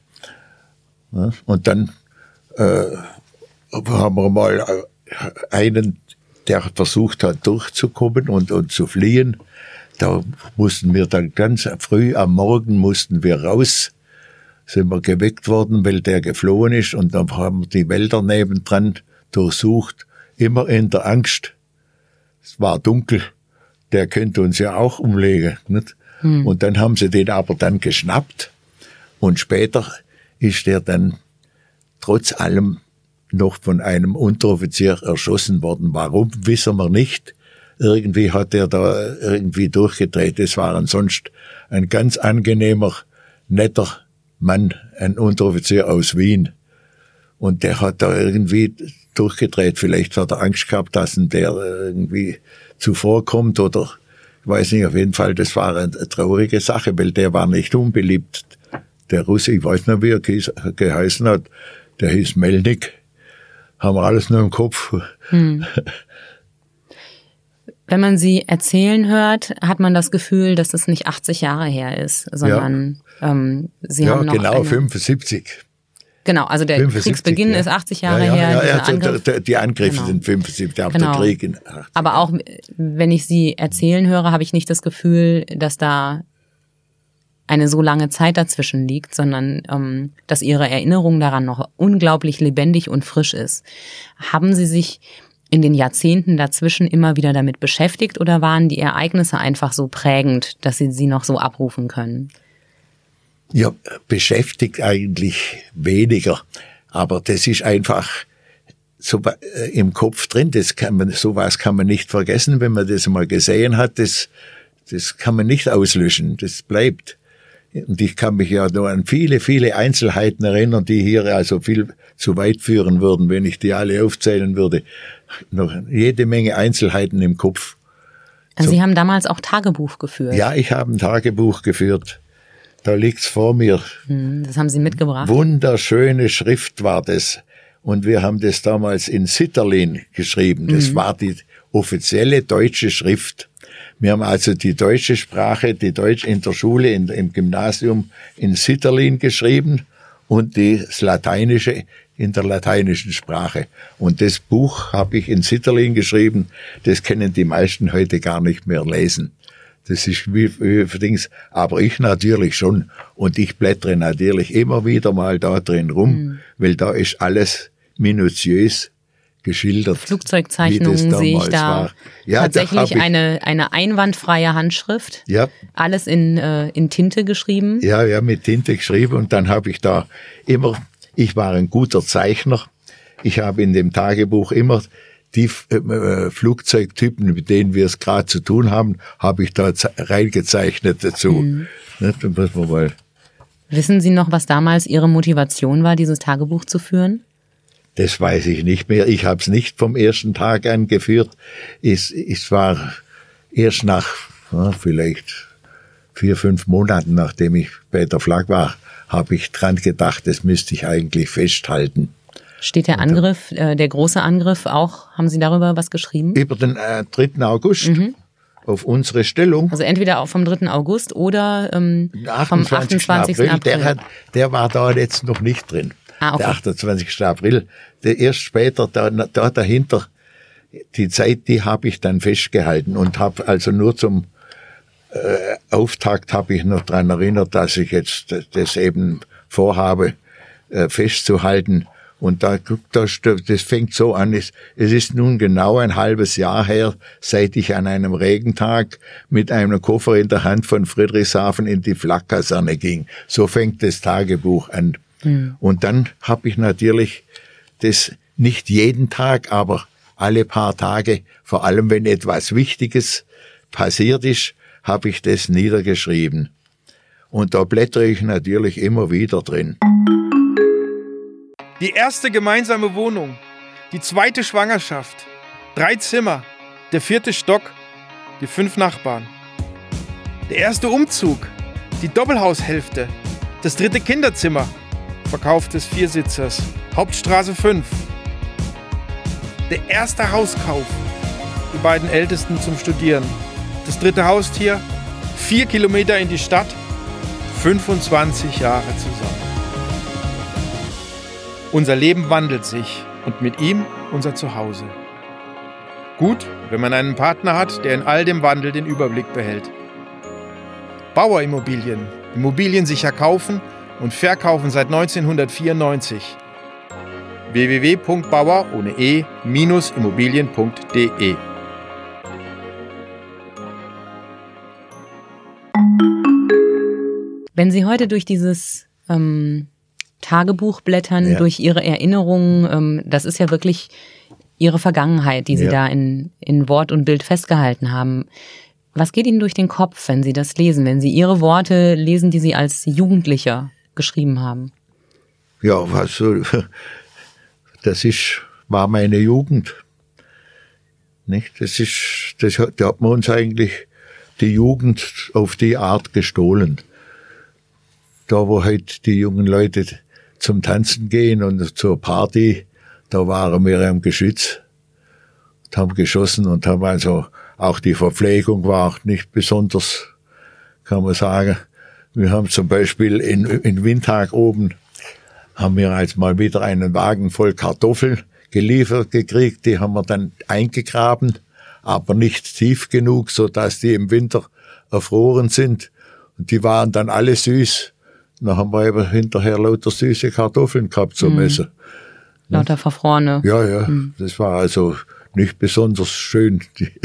Ja, und dann äh, haben wir mal einen, der versucht hat durchzukommen und, und zu fliehen. Da mussten wir dann ganz früh am Morgen mussten wir raus. Sind wir geweckt worden, weil der geflohen ist, und dann haben wir die Wälder nebendran durchsucht, immer in der Angst. Es war dunkel, der könnte uns ja auch umlegen, nicht? Hm. Und dann haben sie den aber dann geschnappt, und später ist der dann trotz allem noch von einem Unteroffizier erschossen worden. Warum, wissen wir nicht. Irgendwie hat er da irgendwie durchgedreht. Es war ansonsten ein ganz angenehmer, netter Mann, ein Unteroffizier aus Wien. Und der hat da irgendwie durchgedreht. Vielleicht hat er Angst gehabt, dass ihm der irgendwie zuvorkommt, oder ich weiß nicht, auf jeden Fall, das war eine traurige Sache, weil der war nicht unbeliebt. Der Russe, ich weiß nicht, wie er geheißen hat, der hieß Melnik. Haben wir alles nur im Kopf. Hm. Wenn man Sie erzählen hört, hat man das Gefühl, dass es nicht achtzig Jahre her ist, sondern ja. ähm, Sie ja, haben noch genau, eine, fünfundsiebzig. Genau, also der fünfundsiebzig, Kriegsbeginn ja. ist achtzig Jahre ja, ja, her. Ja, ja, Angriff, also der, die Angriffe genau. sind fünfundsiebzig, aber genau. der Krieg in achtzig. Aber auch, wenn ich Sie erzählen höre, habe ich nicht das Gefühl, dass da eine so lange Zeit dazwischen liegt, sondern ähm, dass Ihre Erinnerung daran noch unglaublich lebendig und frisch ist. Haben Sie sich in den Jahrzehnten dazwischen immer wieder damit beschäftigt, oder waren die Ereignisse einfach so prägend, dass Sie sie noch so abrufen können? Ja, beschäftigt eigentlich weniger, aber das ist einfach so im Kopf drin. Das kann man, sowas kann man nicht vergessen, wenn man das mal gesehen hat. Das, das kann man nicht auslöschen. Das bleibt. Und ich kann mich ja nur an viele, viele Einzelheiten erinnern, die hier also viel zu weit führen würden, wenn ich die alle aufzählen würde. Noch jede Menge Einzelheiten im Kopf. Also so. Sie haben damals auch Tagebuch geführt? Ja, ich habe ein Tagebuch geführt. Da liegt's vor mir. Das haben Sie mitgebracht? Wunderschöne Schrift war das. Und wir haben das damals in Sitterlin geschrieben. Das mhm. war die offizielle deutsche Schrift. Wir haben also die deutsche Sprache, die Deutsch in der Schule, in, im Gymnasium in Sitterlin geschrieben und das Lateinische in der lateinischen Sprache. Und das Buch habe ich in Sitterlin geschrieben. Das können die meisten heute gar nicht mehr lesen. Das ist wie, wie für Dings. Aber ich natürlich schon. Und ich blättere natürlich immer wieder mal da drin rum, mhm. weil da ist alles minutiös geschildert. Flugzeugzeichnungen sehe ich da. Ja, tatsächlich da eine, eine einwandfreie Handschrift. Ja. Alles in, äh, in Tinte geschrieben. Ja, ja, mit Tinte geschrieben. Und dann habe ich da immer, ich war ein guter Zeichner. Ich habe in dem Tagebuch immer die äh, Flugzeugtypen, mit denen wir es gerade zu tun haben, habe ich da reingezeichnet dazu. Mhm. Ne, dann müssen wir mal. Wissen Sie noch, was damals Ihre Motivation war, dieses Tagebuch zu führen? Das weiß ich nicht mehr. Ich habe es nicht vom ersten Tag an geführt. Es, es war erst nach ja, vielleicht vier, fünf Monaten, nachdem ich bei der Flak war, habe ich dran gedacht, das müsste ich eigentlich festhalten. Steht der Angriff, äh, der große Angriff auch, haben Sie darüber was geschrieben? Über den äh, dritten August. Mhm. Auf unsere Stellung. Also entweder auch vom dritten August oder ähm, vom achtundzwanzigsten April. Der, hat, der war da jetzt noch nicht drin. Ah, okay. Der achtundzwanzigsten April. Der erst später, da, da dahinter, die Zeit, die habe ich dann festgehalten und habe also nur zum äh, Auftakt habe ich noch dran erinnert, dass ich jetzt das eben vorhabe, äh, festzuhalten. Und da, da, das fängt so an, es, es ist nun genau ein halbes Jahr her, seit ich an einem Regentag mit einem Koffer in der Hand von Friedrichshafen in die Flakkaserne ging. So fängt das Tagebuch an. Mhm. Und dann habe ich natürlich das nicht jeden Tag, aber alle paar Tage, vor allem wenn etwas Wichtiges passiert ist, habe ich das niedergeschrieben. Und da blättere ich natürlich immer wieder drin. Die erste gemeinsame Wohnung, die zweite Schwangerschaft, drei Zimmer, der vierte Stock, die fünf Nachbarn. Der erste Umzug, die Doppelhaushälfte, das dritte Kinderzimmer, Verkauf des Viersitzers, Hauptstraße fünf. Der erste Hauskauf, die beiden Ältesten zum Studieren, das dritte Haustier, vier Kilometer in die Stadt, fünfundzwanzig Jahre zusammen. Unser Leben wandelt sich und mit ihm unser Zuhause. Gut, wenn man einen Partner hat, der in all dem Wandel den Überblick behält. Bauer Immobilien. Immobilien sicher kaufen und verkaufen seit neunzehnhundertvierundneunzig. w w w punkt bauer ohne e minus immobilien punkt de. Wenn Sie heute durch dieses ähm Tagebuchblättern, ja. durch Ihre Erinnerungen, ähm, das ist ja wirklich Ihre Vergangenheit, die Sie ja. da in, in Wort und Bild festgehalten haben. Was geht Ihnen durch den Kopf, wenn Sie das lesen, wenn Sie Ihre Worte lesen, die Sie als Jugendlicher geschrieben haben? Ja, also, das ist, war meine Jugend. Nicht? Das ist, das hat, da hat man uns eigentlich die Jugend auf die Art gestohlen. Da, wo halt die jungen Leute zum Tanzen gehen und zur Party, da waren wir am Geschütz und haben geschossen und haben also, auch die Verpflegung war nicht besonders, kann man sagen. Wir haben zum Beispiel in, in Windhag oben, haben wir als mal wieder einen Wagen voll Kartoffeln geliefert gekriegt, die haben wir dann eingegraben, aber nicht tief genug, so dass die im Winter erfroren sind. Und die waren dann alle süß. Dann haben wir eben hinterher lauter süße Kartoffeln gehabt zum mhm. Essen. Lauter verfrorene. Ja, ja. Mhm. Das war also nicht besonders schön.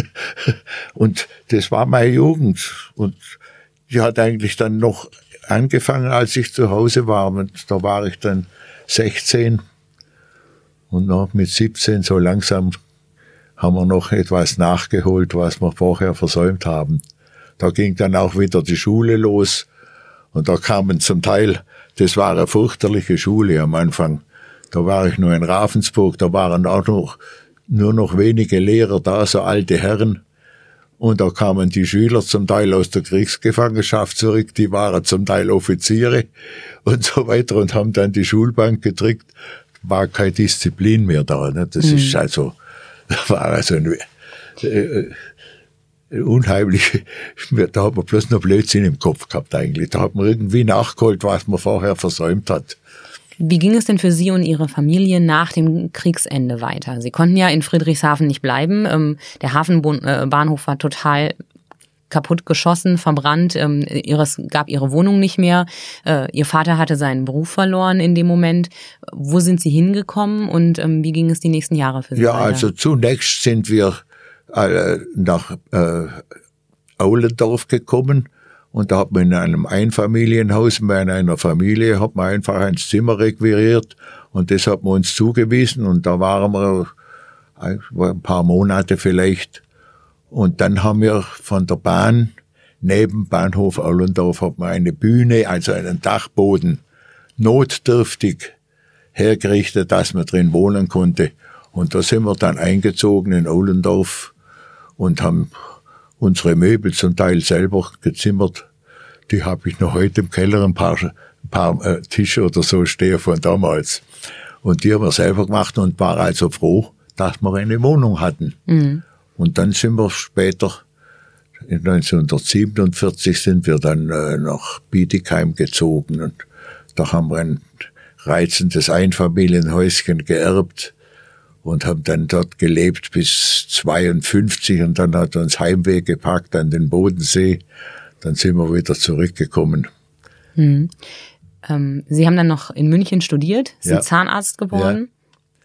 Und das war meine Jugend. Und die hat eigentlich dann noch angefangen, als ich zu Hause war. Und da war ich dann sechzehn. Und noch mit siebzehn so langsam haben wir noch etwas nachgeholt, was wir vorher versäumt haben. Da ging dann auch wieder die Schule los. Und da kamen zum Teil, das war eine fürchterliche Schule am Anfang. Da war ich nur in Ravensburg, da waren auch noch, nur noch wenige Lehrer da, so alte Herren. Und da kamen die Schüler zum Teil aus der Kriegsgefangenschaft zurück, die waren zum Teil Offiziere und so weiter und haben dann die Schulbank gedrückt. War keine Disziplin mehr da. Ne? Das mhm. ist also, war also ein, äh, unheimlich, da hat man bloß noch Blödsinn im Kopf gehabt eigentlich. Da hat man irgendwie nachgeholt, was man vorher versäumt hat. Wie ging es denn für Sie und Ihre Familie nach dem Kriegsende weiter? Sie konnten ja in Friedrichshafen nicht bleiben. Der Hafenbahnhof war total kaputt geschossen, verbrannt. Ähm, ihres gab ihre Wohnung nicht mehr. Äh, ihr Vater hatte seinen Beruf verloren in dem Moment. Wo sind Sie hingekommen und ähm, wie ging es die nächsten Jahre für Sie Ja, weiter? also zunächst sind wir äh, nach äh, Aulendorf gekommen und da hat man in einem Einfamilienhaus bei einer Familie hat man einfach ein Zimmer requiriert und das hat man uns zugewiesen und da waren wir ein paar Monate vielleicht. Und dann haben wir von der Bahn, neben Bahnhof Aulendorf, hat man eine Bühne, also einen Dachboden, notdürftig hergerichtet, dass man drin wohnen konnte. Und da sind wir dann eingezogen in Aulendorf und haben unsere Möbel zum Teil selber gezimmert. Die habe ich noch heute im Keller, ein paar, ein paar äh, Tische oder so stehen von damals. Und die haben wir selber gemacht und war also froh, dass wir eine Wohnung hatten. Mhm. Und dann sind wir später, in neunzehnhundertsiebenundvierzig sind wir dann äh, nach Bietigheim gezogen und da haben wir ein reizendes Einfamilienhäuschen geerbt und haben dann dort gelebt bis zweiundfünfzig und dann hat uns Heimweh gepackt an den Bodensee. Dann sind wir wieder zurückgekommen. Mhm. Ähm, Sie haben dann noch in München studiert, sind ja. Zahnarzt geworden. Ja.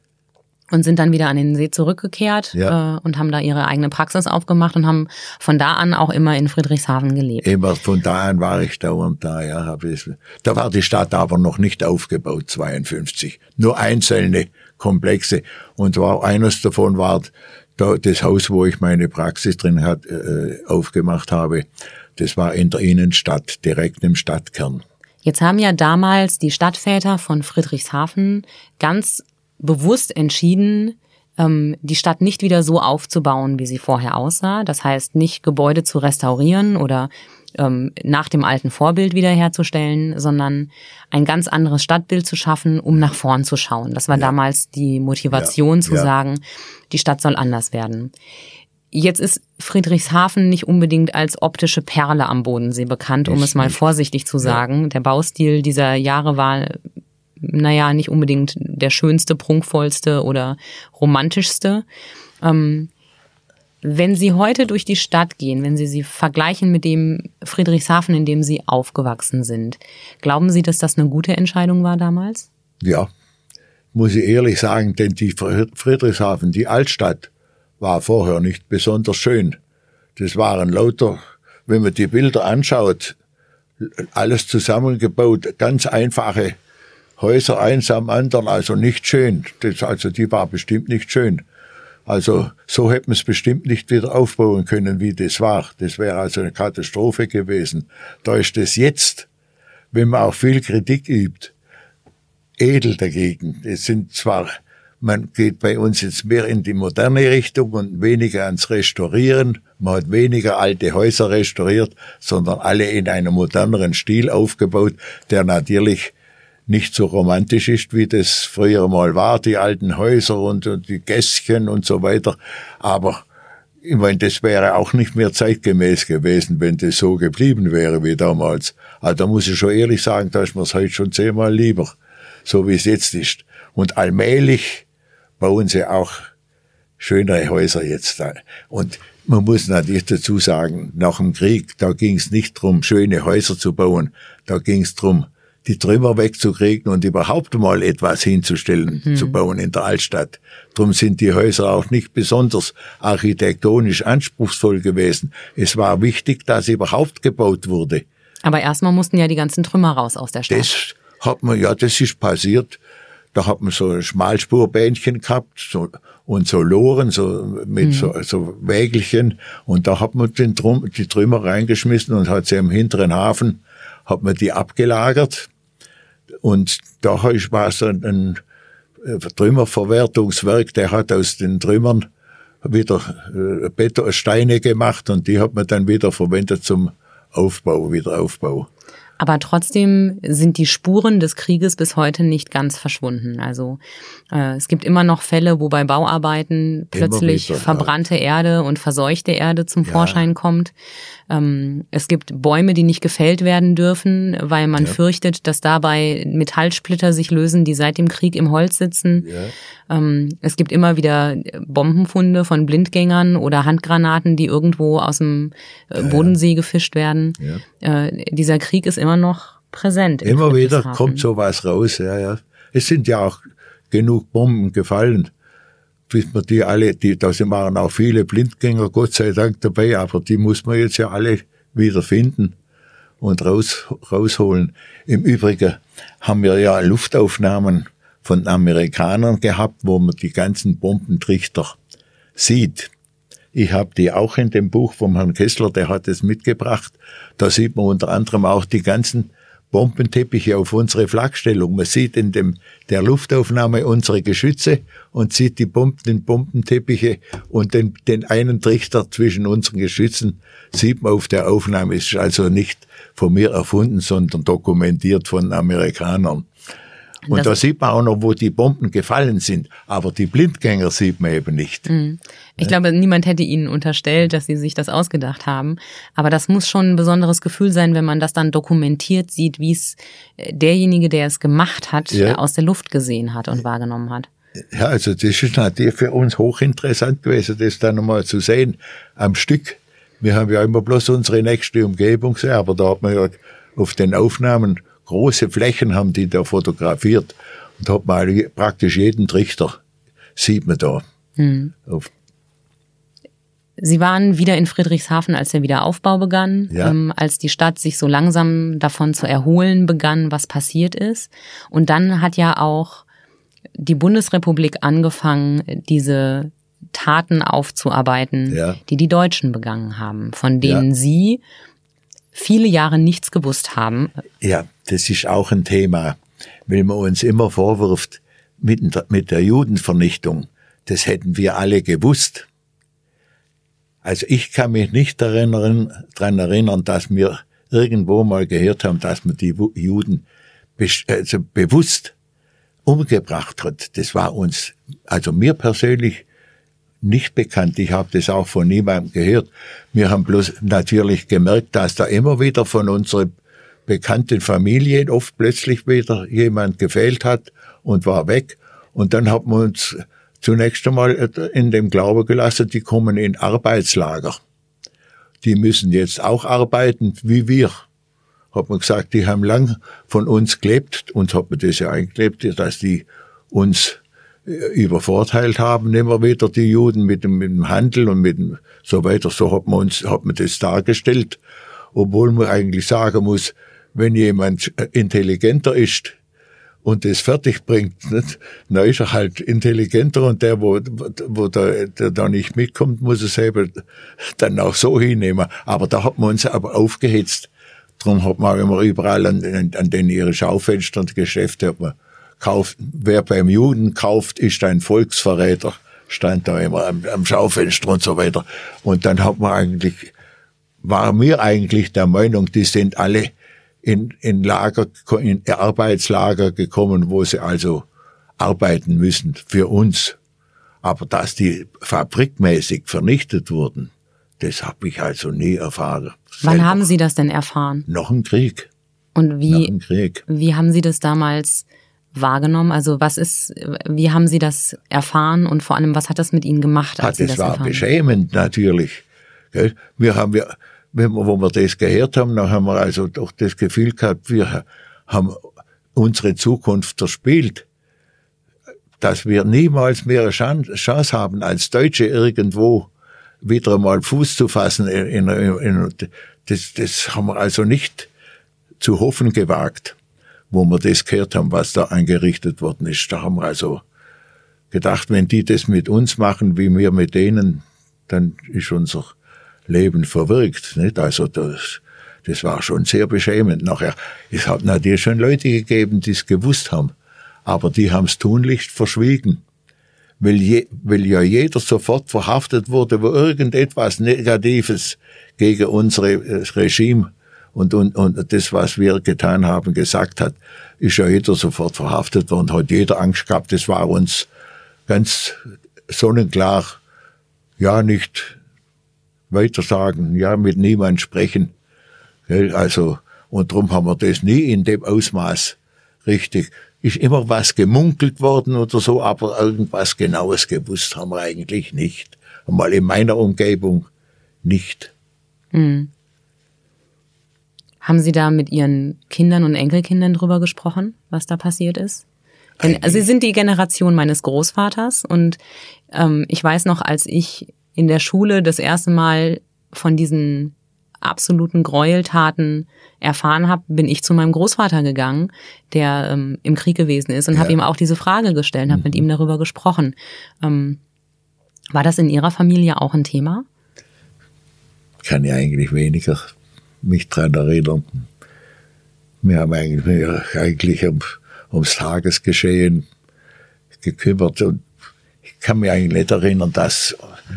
Und sind dann wieder an den See zurückgekehrt ja. äh, und haben da ihre eigene Praxis aufgemacht und haben von da an auch immer in Friedrichshafen gelebt. Immer von da an war ich dauernd da, ja. Hab ich, da war die Stadt aber noch nicht aufgebaut, zweiundfünfzig. Nur einzelne Komplexe. Und war, eines davon war da, das Haus, wo ich meine Praxis drin hat, äh, aufgemacht habe. Das war in der Innenstadt, direkt im Stadtkern. Jetzt haben ja damals die Stadtväter von Friedrichshafen ganz bewusst entschieden, ähm, die Stadt nicht wieder so aufzubauen, wie sie vorher aussah. Das heißt, nicht Gebäude zu restaurieren oder ähm, nach dem alten Vorbild wiederherzustellen, sondern ein ganz anderes Stadtbild zu schaffen, um nach vorn zu schauen. Das war ja. damals die Motivation ja. zu ja. sagen, die Stadt soll anders werden. Jetzt ist Friedrichshafen nicht unbedingt als optische Perle am Bodensee bekannt, um ist es mal nicht. vorsichtig zu sagen. Ja. Der Baustil dieser Jahre war naja, nicht unbedingt der schönste, prunkvollste oder romantischste. Ähm, wenn Sie heute durch die Stadt gehen, wenn Sie sie vergleichen mit dem Friedrichshafen, in dem Sie aufgewachsen sind, glauben Sie, dass das eine gute Entscheidung war damals? Ja, muss ich ehrlich sagen, denn die Friedrichshafen, die Altstadt, war vorher nicht besonders schön. Das waren lauter, wenn man die Bilder anschaut, alles zusammengebaut, ganz einfache Häuser, eins am anderen, also nicht schön. Das, also die war bestimmt nicht schön. Also so hätten wir es bestimmt nicht wieder aufbauen können, wie das war. Das wäre also eine Katastrophe gewesen. Da ist das jetzt, wenn man auch viel Kritik übt, edel dagegen. Es sind zwar, man geht bei uns jetzt mehr in die moderne Richtung und weniger ans Restaurieren. Man hat weniger alte Häuser restauriert, sondern alle in einem moderneren Stil aufgebaut, der natürlich nicht so romantisch ist, wie das früher mal war, die alten Häuser und, und die Gässchen und so weiter. Aber ich meine, das wäre auch nicht mehr zeitgemäß gewesen, wenn das so geblieben wäre wie damals. Also da muss ich schon ehrlich sagen, da ist mir es heute schon zehnmal lieber, so wie es jetzt ist. Und allmählich bauen sie auch schönere Häuser jetzt da. Und man muss natürlich dazu sagen, nach dem Krieg, da ging es nicht drum, schöne Häuser zu bauen, da ging es drum, die Trümmer wegzukriegen und überhaupt mal etwas hinzustellen, mhm. zu bauen in der Altstadt. Drum sind die Häuser auch nicht besonders architektonisch anspruchsvoll gewesen. Es war wichtig, dass überhaupt gebaut wurde. Aber erstmal mussten ja die ganzen Trümmer raus aus der Stadt. Das hat man, ja, das ist passiert. Da hat man so Schmalspurbähnchen gehabt so, und so Loren, so mit mhm. so, so Wägelchen. Und da hat man den Trum, die Trümmer reingeschmissen und hat sie im hinteren Hafen, hat man die abgelagert. Und da war so ein, ein Trümmerverwertungswerk, der hat aus den Trümmern wieder äh, Beton, Steine gemacht und die hat man dann wieder verwendet zum Aufbau, Wiederaufbau. aber trotzdem sind die Spuren des Krieges bis heute nicht ganz verschwunden. Also äh, es gibt immer noch Fälle, wo bei Bauarbeiten plötzlich wieder, verbrannte ja. Erde und verseuchte Erde zum ja. Vorschein kommt. Ähm, es gibt Bäume, die nicht gefällt werden dürfen, weil man ja. fürchtet, dass dabei Metallsplitter sich lösen, die seit dem Krieg im Holz sitzen. Ja. Ähm, es gibt immer wieder Bombenfunde von Blindgängern oder Handgranaten, die irgendwo aus dem äh, Bodensee ja. gefischt werden. Ja. Äh, dieser Krieg ist immer noch präsent. Immer wieder kommt sowas raus. Ja, ja. Es sind ja auch genug Bomben gefallen. Bis man die alle, die, da waren auch viele Blindgänger, Gott sei Dank, dabei, aber die muss man jetzt ja alle wieder finden und raus, rausholen. Im Übrigen haben wir ja Luftaufnahmen von Amerikanern gehabt, wo man die ganzen Bombentrichter sieht. Ich habe die auch in dem Buch vom Herrn Kessler, der hat es mitgebracht. Da sieht man unter anderem auch die ganzen Bombenteppiche auf unsere Flakstellung. Man sieht in dem, der Luftaufnahme unsere Geschütze und sieht die Bomben, den Bombenteppiche und den, den einen Trichter zwischen unseren Geschützen sieht man auf der Aufnahme. Ist also nicht von mir erfunden, sondern dokumentiert von Amerikanern. Und das da sieht man auch noch, wo die Bomben gefallen sind. Aber die Blindgänger sieht man eben nicht. Mhm. Ich ja. glaube, niemand hätte Ihnen unterstellt, dass Sie sich das ausgedacht haben. Aber das muss schon ein besonderes Gefühl sein, wenn man das dann dokumentiert sieht, wie es derjenige, der es gemacht hat, ja. aus der Luft gesehen hat und wahrgenommen hat. Ja, also das ist natürlich für uns hochinteressant gewesen, das dann nochmal zu sehen am Stück. Wir haben ja immer bloß unsere nächste Umgebung gesehen, aber da hat man ja auf den Aufnahmen große Flächen haben die da fotografiert und hat man praktisch jeden Trichter sieht man da. Hm. Sie waren wieder in Friedrichshafen, als der Wiederaufbau begann, ja. ähm, als die Stadt sich so langsam davon zu erholen begann, was passiert ist. Und dann hat ja auch die Bundesrepublik angefangen, diese Taten aufzuarbeiten, ja. die die Deutschen begangen haben, von denen ja. Sie viele Jahre nichts gewusst haben. Ja, das ist auch ein Thema, weil man uns immer vorwirft, mit, mit der Judenvernichtung, das hätten wir alle gewusst. Also ich kann mich nicht daran erinnern, dass wir irgendwo mal gehört haben, dass man die Juden be- also bewusst umgebracht hat. Das war uns, also mir persönlich, nicht bekannt. Ich habe das auch von niemandem gehört. Wir haben bloß natürlich gemerkt, dass da immer wieder von unserer bekannten Familie oft plötzlich wieder jemand gefehlt hat und war weg. Und dann hat man uns zunächst einmal in dem Glauben gelassen, die kommen in Arbeitslager. Die müssen jetzt auch arbeiten wie wir. Hat man gesagt, die haben lang von uns gelebt, und hat man das ja eingelebt, dass die uns übervorteilt haben, immer wieder die Juden mit dem, mit dem Handel und mit dem so weiter. So hat man uns, hat man das dargestellt. Obwohl man eigentlich sagen muss, wenn jemand intelligenter ist und das fertig bringt, nicht, dann ist er halt intelligenter, und der, wo, wo der, der da nicht mitkommt, muss es eben dann auch so hinnehmen. Aber da hat man uns aber aufgehetzt. Darum hat man immer überall an, an den ihre Schaufenstern, die Geschäfte hat man kauft, wer beim Juden kauft, ist ein Volksverräter, stand da immer am, am Schaufenster und so weiter. Und dann hat man eigentlich, war mir eigentlich der Meinung, die sind alle in, in Lager, in Arbeitslager gekommen, wo sie also arbeiten müssen für uns. Aber dass die fabrikmäßig vernichtet wurden, das habe ich also nie erfahren. Wann selber. Haben Sie das denn erfahren? Noch im Krieg. Und wie, Noch im Krieg. Wie haben Sie das damals wahrgenommen? Also was ist, wie haben Sie das erfahren, und vor allem, was hat das mit Ihnen gemacht, als ja, Sie das erfahren? Das war beschämend natürlich. Wir haben ja, wo wir das gehört haben, dann haben wir also doch das Gefühl gehabt, wir haben unsere Zukunft verspielt, dass wir niemals mehr eine Chance haben, als Deutsche irgendwo wieder einmal Fuß zu fassen. In, in, in, das, das haben wir also nicht zu hoffen gewagt, wo wir das gehört haben, was da angerichtet worden ist. Da haben wir also gedacht, wenn die das mit uns machen, wie wir mit denen, dann ist unser Leben verwirkt, nicht? Also das, das war schon sehr beschämend nachher. Es hat natürlich schon Leute gegeben, die es gewusst haben, aber die haben es tunlichst verschwiegen. Weil, je, weil ja jeder sofort verhaftet wurde, wo irgendetwas Negatives gegen unser Regime Und, und, und das, was wir getan haben, gesagt hat, ist ja jeder sofort verhaftet worden, hat jeder Angst gehabt. Das war uns ganz sonnenklar. Ja, nicht weiter sagen, ja, mit niemand sprechen. Also, und darum haben wir das nie in dem Ausmaß richtig. Ist immer was gemunkelt worden oder so, aber irgendwas Genaues gewusst haben wir eigentlich nicht. Einmal in meiner Umgebung nicht. Hm. Haben Sie da mit Ihren Kindern und Enkelkindern drüber gesprochen, was da passiert ist? Denn, also Sie sind die Generation meines Großvaters und ähm, ich weiß noch, als ich in der Schule das erste Mal von diesen absoluten Gräueltaten erfahren habe, bin ich zu meinem Großvater gegangen, der ähm, im Krieg gewesen ist und ja. habe ihm auch diese Frage gestellt, habe mhm. mit ihm darüber gesprochen. Ähm, war das in Ihrer Familie auch ein Thema? Kann ich eigentlich weniger mich dran erinnern. Wir haben eigentlich, eigentlich um, ums Tagesgeschehen gekümmert und ich kann mich eigentlich nicht erinnern, dass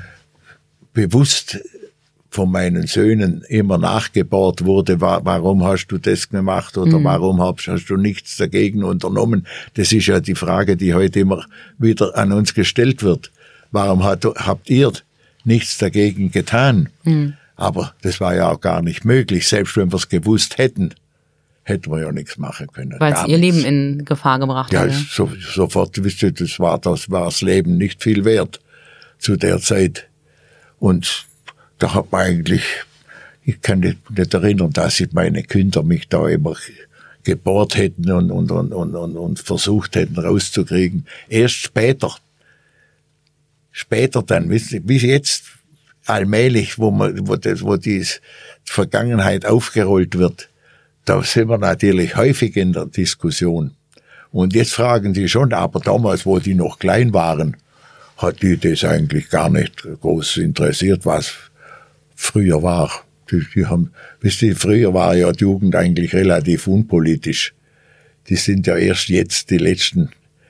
bewusst von meinen Söhnen immer nachgebohrt wurde, warum hast du das gemacht oder mhm. warum hast, hast du nichts dagegen unternommen. Das ist ja die Frage, die heute immer wieder an uns gestellt wird. Warum hat, habt ihr nichts dagegen getan? Mhm. Aber das war ja auch gar nicht möglich. Selbst wenn wir es gewusst hätten, hätten wir ja nichts machen können. Weil es ihr Leben in Gefahr gebracht ja, hat. Ja, so, sofort, wisst ihr, das war, das war das Leben nicht viel wert zu der Zeit. Und da hat man eigentlich, ich kann nicht, nicht erinnern, dass ich meine Kinder mich da immer gebohrt hätten und, und, und, und, und versucht hätten rauszukriegen. Erst später, später dann, wie jetzt allmählich, wo man, wo das, wo die Vergangenheit aufgerollt wird, da sind wir natürlich häufig in der Diskussion. Und jetzt fragen die schon, aber damals, wo die noch klein waren, hat die das eigentlich gar nicht groß interessiert, was früher war. Die, die haben, wisst ihr, früher war ja die Jugend eigentlich relativ unpolitisch. Die sind ja erst jetzt die letzten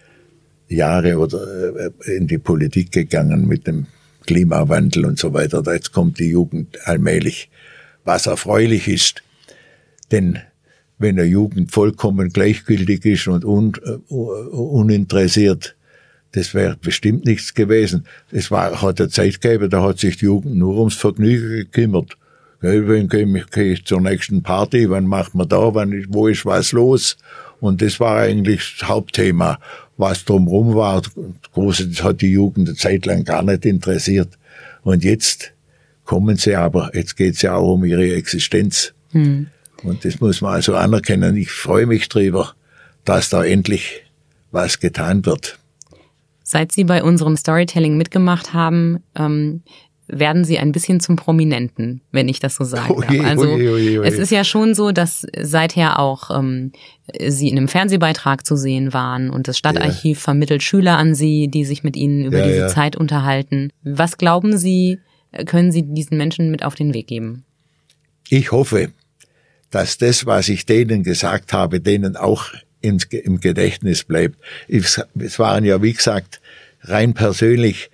Jahre oder in die Politik gegangen mit dem Klimawandel und so weiter. Jetzt kommt die Jugend allmählich, was erfreulich ist. Denn wenn eine Jugend vollkommen gleichgültig ist und un, uh, uninteressiert, das wäre bestimmt nichts gewesen. Es war, hat eine Zeit gegeben, da hat sich die Jugend nur ums Vergnügen gekümmert. Wann gehe ich zur nächsten Party, wann macht man da, wann, wo ist was los? Und das war eigentlich das Hauptthema. Was drumherum war, große, das hat die Jugend eine Zeit lang gar nicht interessiert. Und jetzt kommen sie aber, jetzt geht es ja auch um ihre Existenz. Hm. Und das muss man also anerkennen. Ich freue mich drüber, dass da endlich was getan wird. Seit Sie bei unserem Storytelling mitgemacht haben, ähm, werden Sie ein bisschen zum Prominenten, wenn ich das so sagen oh darf. je, Also oh je, oh je, oh je. Es ist ja schon so, dass seither auch ähm, Sie in einem Fernsehbeitrag zu sehen waren und das Stadtarchiv ja. vermittelt Schüler an Sie, die sich mit Ihnen über ja, diese ja. Zeit unterhalten. Was glauben Sie, können Sie diesen Menschen mit auf den Weg geben? Ich hoffe, dass das, was ich denen gesagt habe, denen auch ins, im Gedächtnis bleibt. Es waren ja, wie gesagt, rein persönlich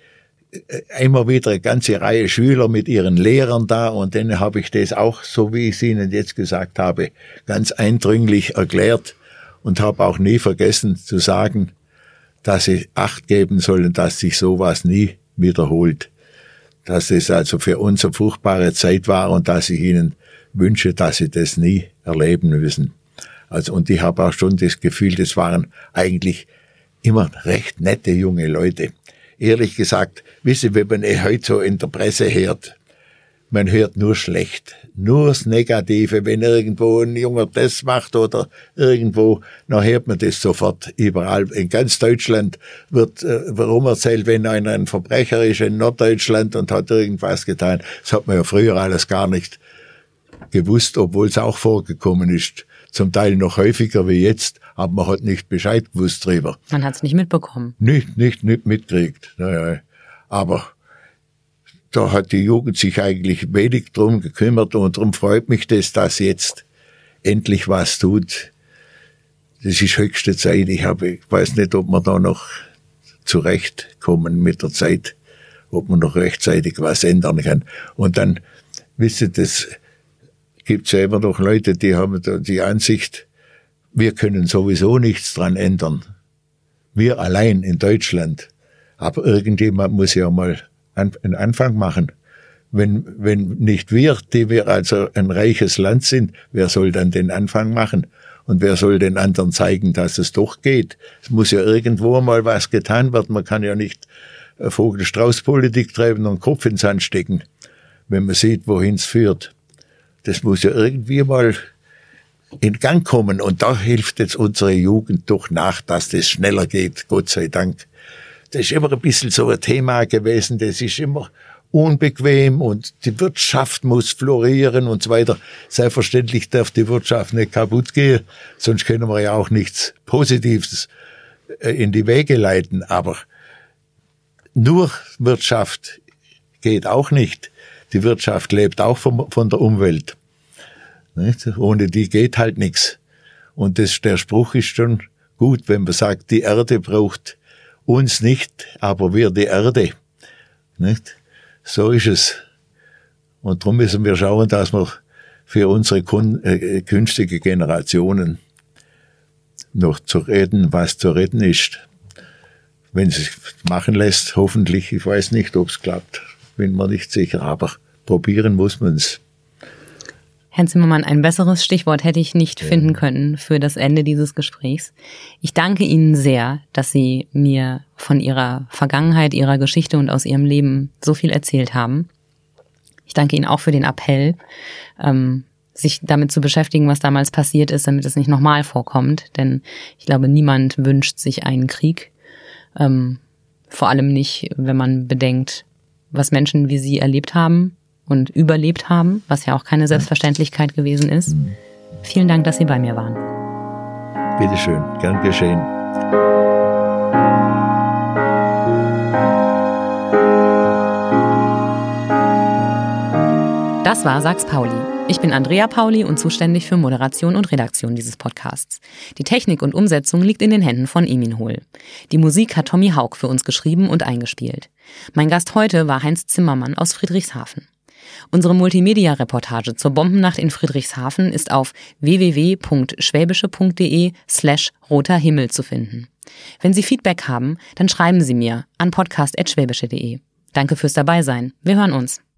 immer wieder eine ganze Reihe Schüler mit ihren Lehrern da und denen habe ich das auch, so wie ich es Ihnen jetzt gesagt habe, ganz eindringlich erklärt und habe auch nie vergessen zu sagen, dass sie Acht geben sollen, dass sich sowas nie wiederholt. Dass es also für uns eine furchtbare Zeit war und dass ich Ihnen wünsche, dass Sie das nie erleben müssen. Also, und ich habe auch schon das Gefühl, das waren eigentlich immer recht nette junge Leute. Ehrlich gesagt, wissen Sie, wenn man heute so in der Presse hört, man hört nur schlecht, nur das Negative. Wenn irgendwo ein Junger das macht oder irgendwo, dann hört man das sofort überall. In ganz Deutschland wird äh, warum erzählt, wenn einer ein Verbrecher ist in Norddeutschland und hat irgendwas getan. Das hat man ja früher alles gar nicht gewusst, obwohl es auch vorgekommen ist. Zum Teil noch häufiger wie jetzt, aber man hat nicht Bescheid gewusst drüber. Man hat es nicht mitbekommen. Nicht, nicht, nicht mitgekriegt. Naja. Aber da hat die Jugend sich eigentlich wenig drum gekümmert und darum freut mich das, dass jetzt endlich was tut. Das ist höchste Zeit. Ich habe, ich weiß nicht, ob wir da noch zurechtkommen mit der Zeit, ob man noch rechtzeitig was ändern kann. Und dann, wisst ihr, das gibt es ja immer noch Leute, die haben die Ansicht, wir können sowieso nichts dran ändern. Wir allein in Deutschland. Aber irgendjemand muss ja mal einen Anfang machen. Wenn, wenn nicht wir, die wir also ein reiches Land sind, wer soll dann den Anfang machen? Und wer soll den anderen zeigen, dass es doch geht? Es muss ja irgendwo mal was getan werden. Man kann ja nicht Vogel-Strauß-Politik treiben und den Kopf ins Sand stecken, wenn man sieht, wohin es führt. Das muss ja irgendwie mal in Gang kommen. Und da hilft jetzt unsere Jugend doch nach, dass das schneller geht, Gott sei Dank. Das ist immer ein bisschen so ein Thema gewesen, das ist immer unbequem und die Wirtschaft muss florieren und so weiter. Selbstverständlich darf die Wirtschaft nicht kaputt gehen, sonst können wir ja auch nichts Positives in die Wege leiten. Aber nur Wirtschaft geht auch nicht. Die Wirtschaft lebt auch von, von der Umwelt. Nicht? Ohne die geht halt nichts. Und das, der Spruch ist schon gut, wenn man sagt, die Erde braucht uns nicht, aber wir die Erde. Nicht? So ist es. Und darum müssen wir schauen, dass wir für unsere kun- äh, künftige Generationen noch zu retten, was zu retten ist. Wenn es sich machen lässt, hoffentlich, ich weiß nicht, ob es klappt, bin mir nicht sicher, aber probieren muss man es. Herr Zimmermann, ein besseres Stichwort hätte ich nicht finden können für das Ende dieses Gesprächs. Ich danke Ihnen sehr, dass Sie mir von Ihrer Vergangenheit, Ihrer Geschichte und aus Ihrem Leben so viel erzählt haben. Ich danke Ihnen auch für den Appell, ähm, sich damit zu beschäftigen, was damals passiert ist, damit es nicht nochmal vorkommt. Denn ich glaube, niemand wünscht sich einen Krieg. Ähm, vor allem nicht, wenn man bedenkt, was Menschen wie Sie erlebt haben und überlebt haben, was ja auch keine Selbstverständlichkeit gewesen ist. Vielen Dank, dass Sie bei mir waren. Bitte schön, gern geschehen. Das war Sachs Pauli. Ich bin Andrea Pauli und zuständig für Moderation und Redaktion dieses Podcasts. Die Technik und Umsetzung liegt in den Händen von Emin Hohl. Die Musik hat Tommy Haug für uns geschrieben und eingespielt. Mein Gast heute war Heinz Zimmermann aus Friedrichshafen. Unsere Multimedia-Reportage zur Bombennacht in Friedrichshafen ist auf w w w punkt schwäbische punkt d e slash roter Himmel zu finden. Wenn Sie Feedback haben, dann schreiben Sie mir an podcast at schwäbische punkt d e. Danke fürs Dabeisein. Wir hören uns.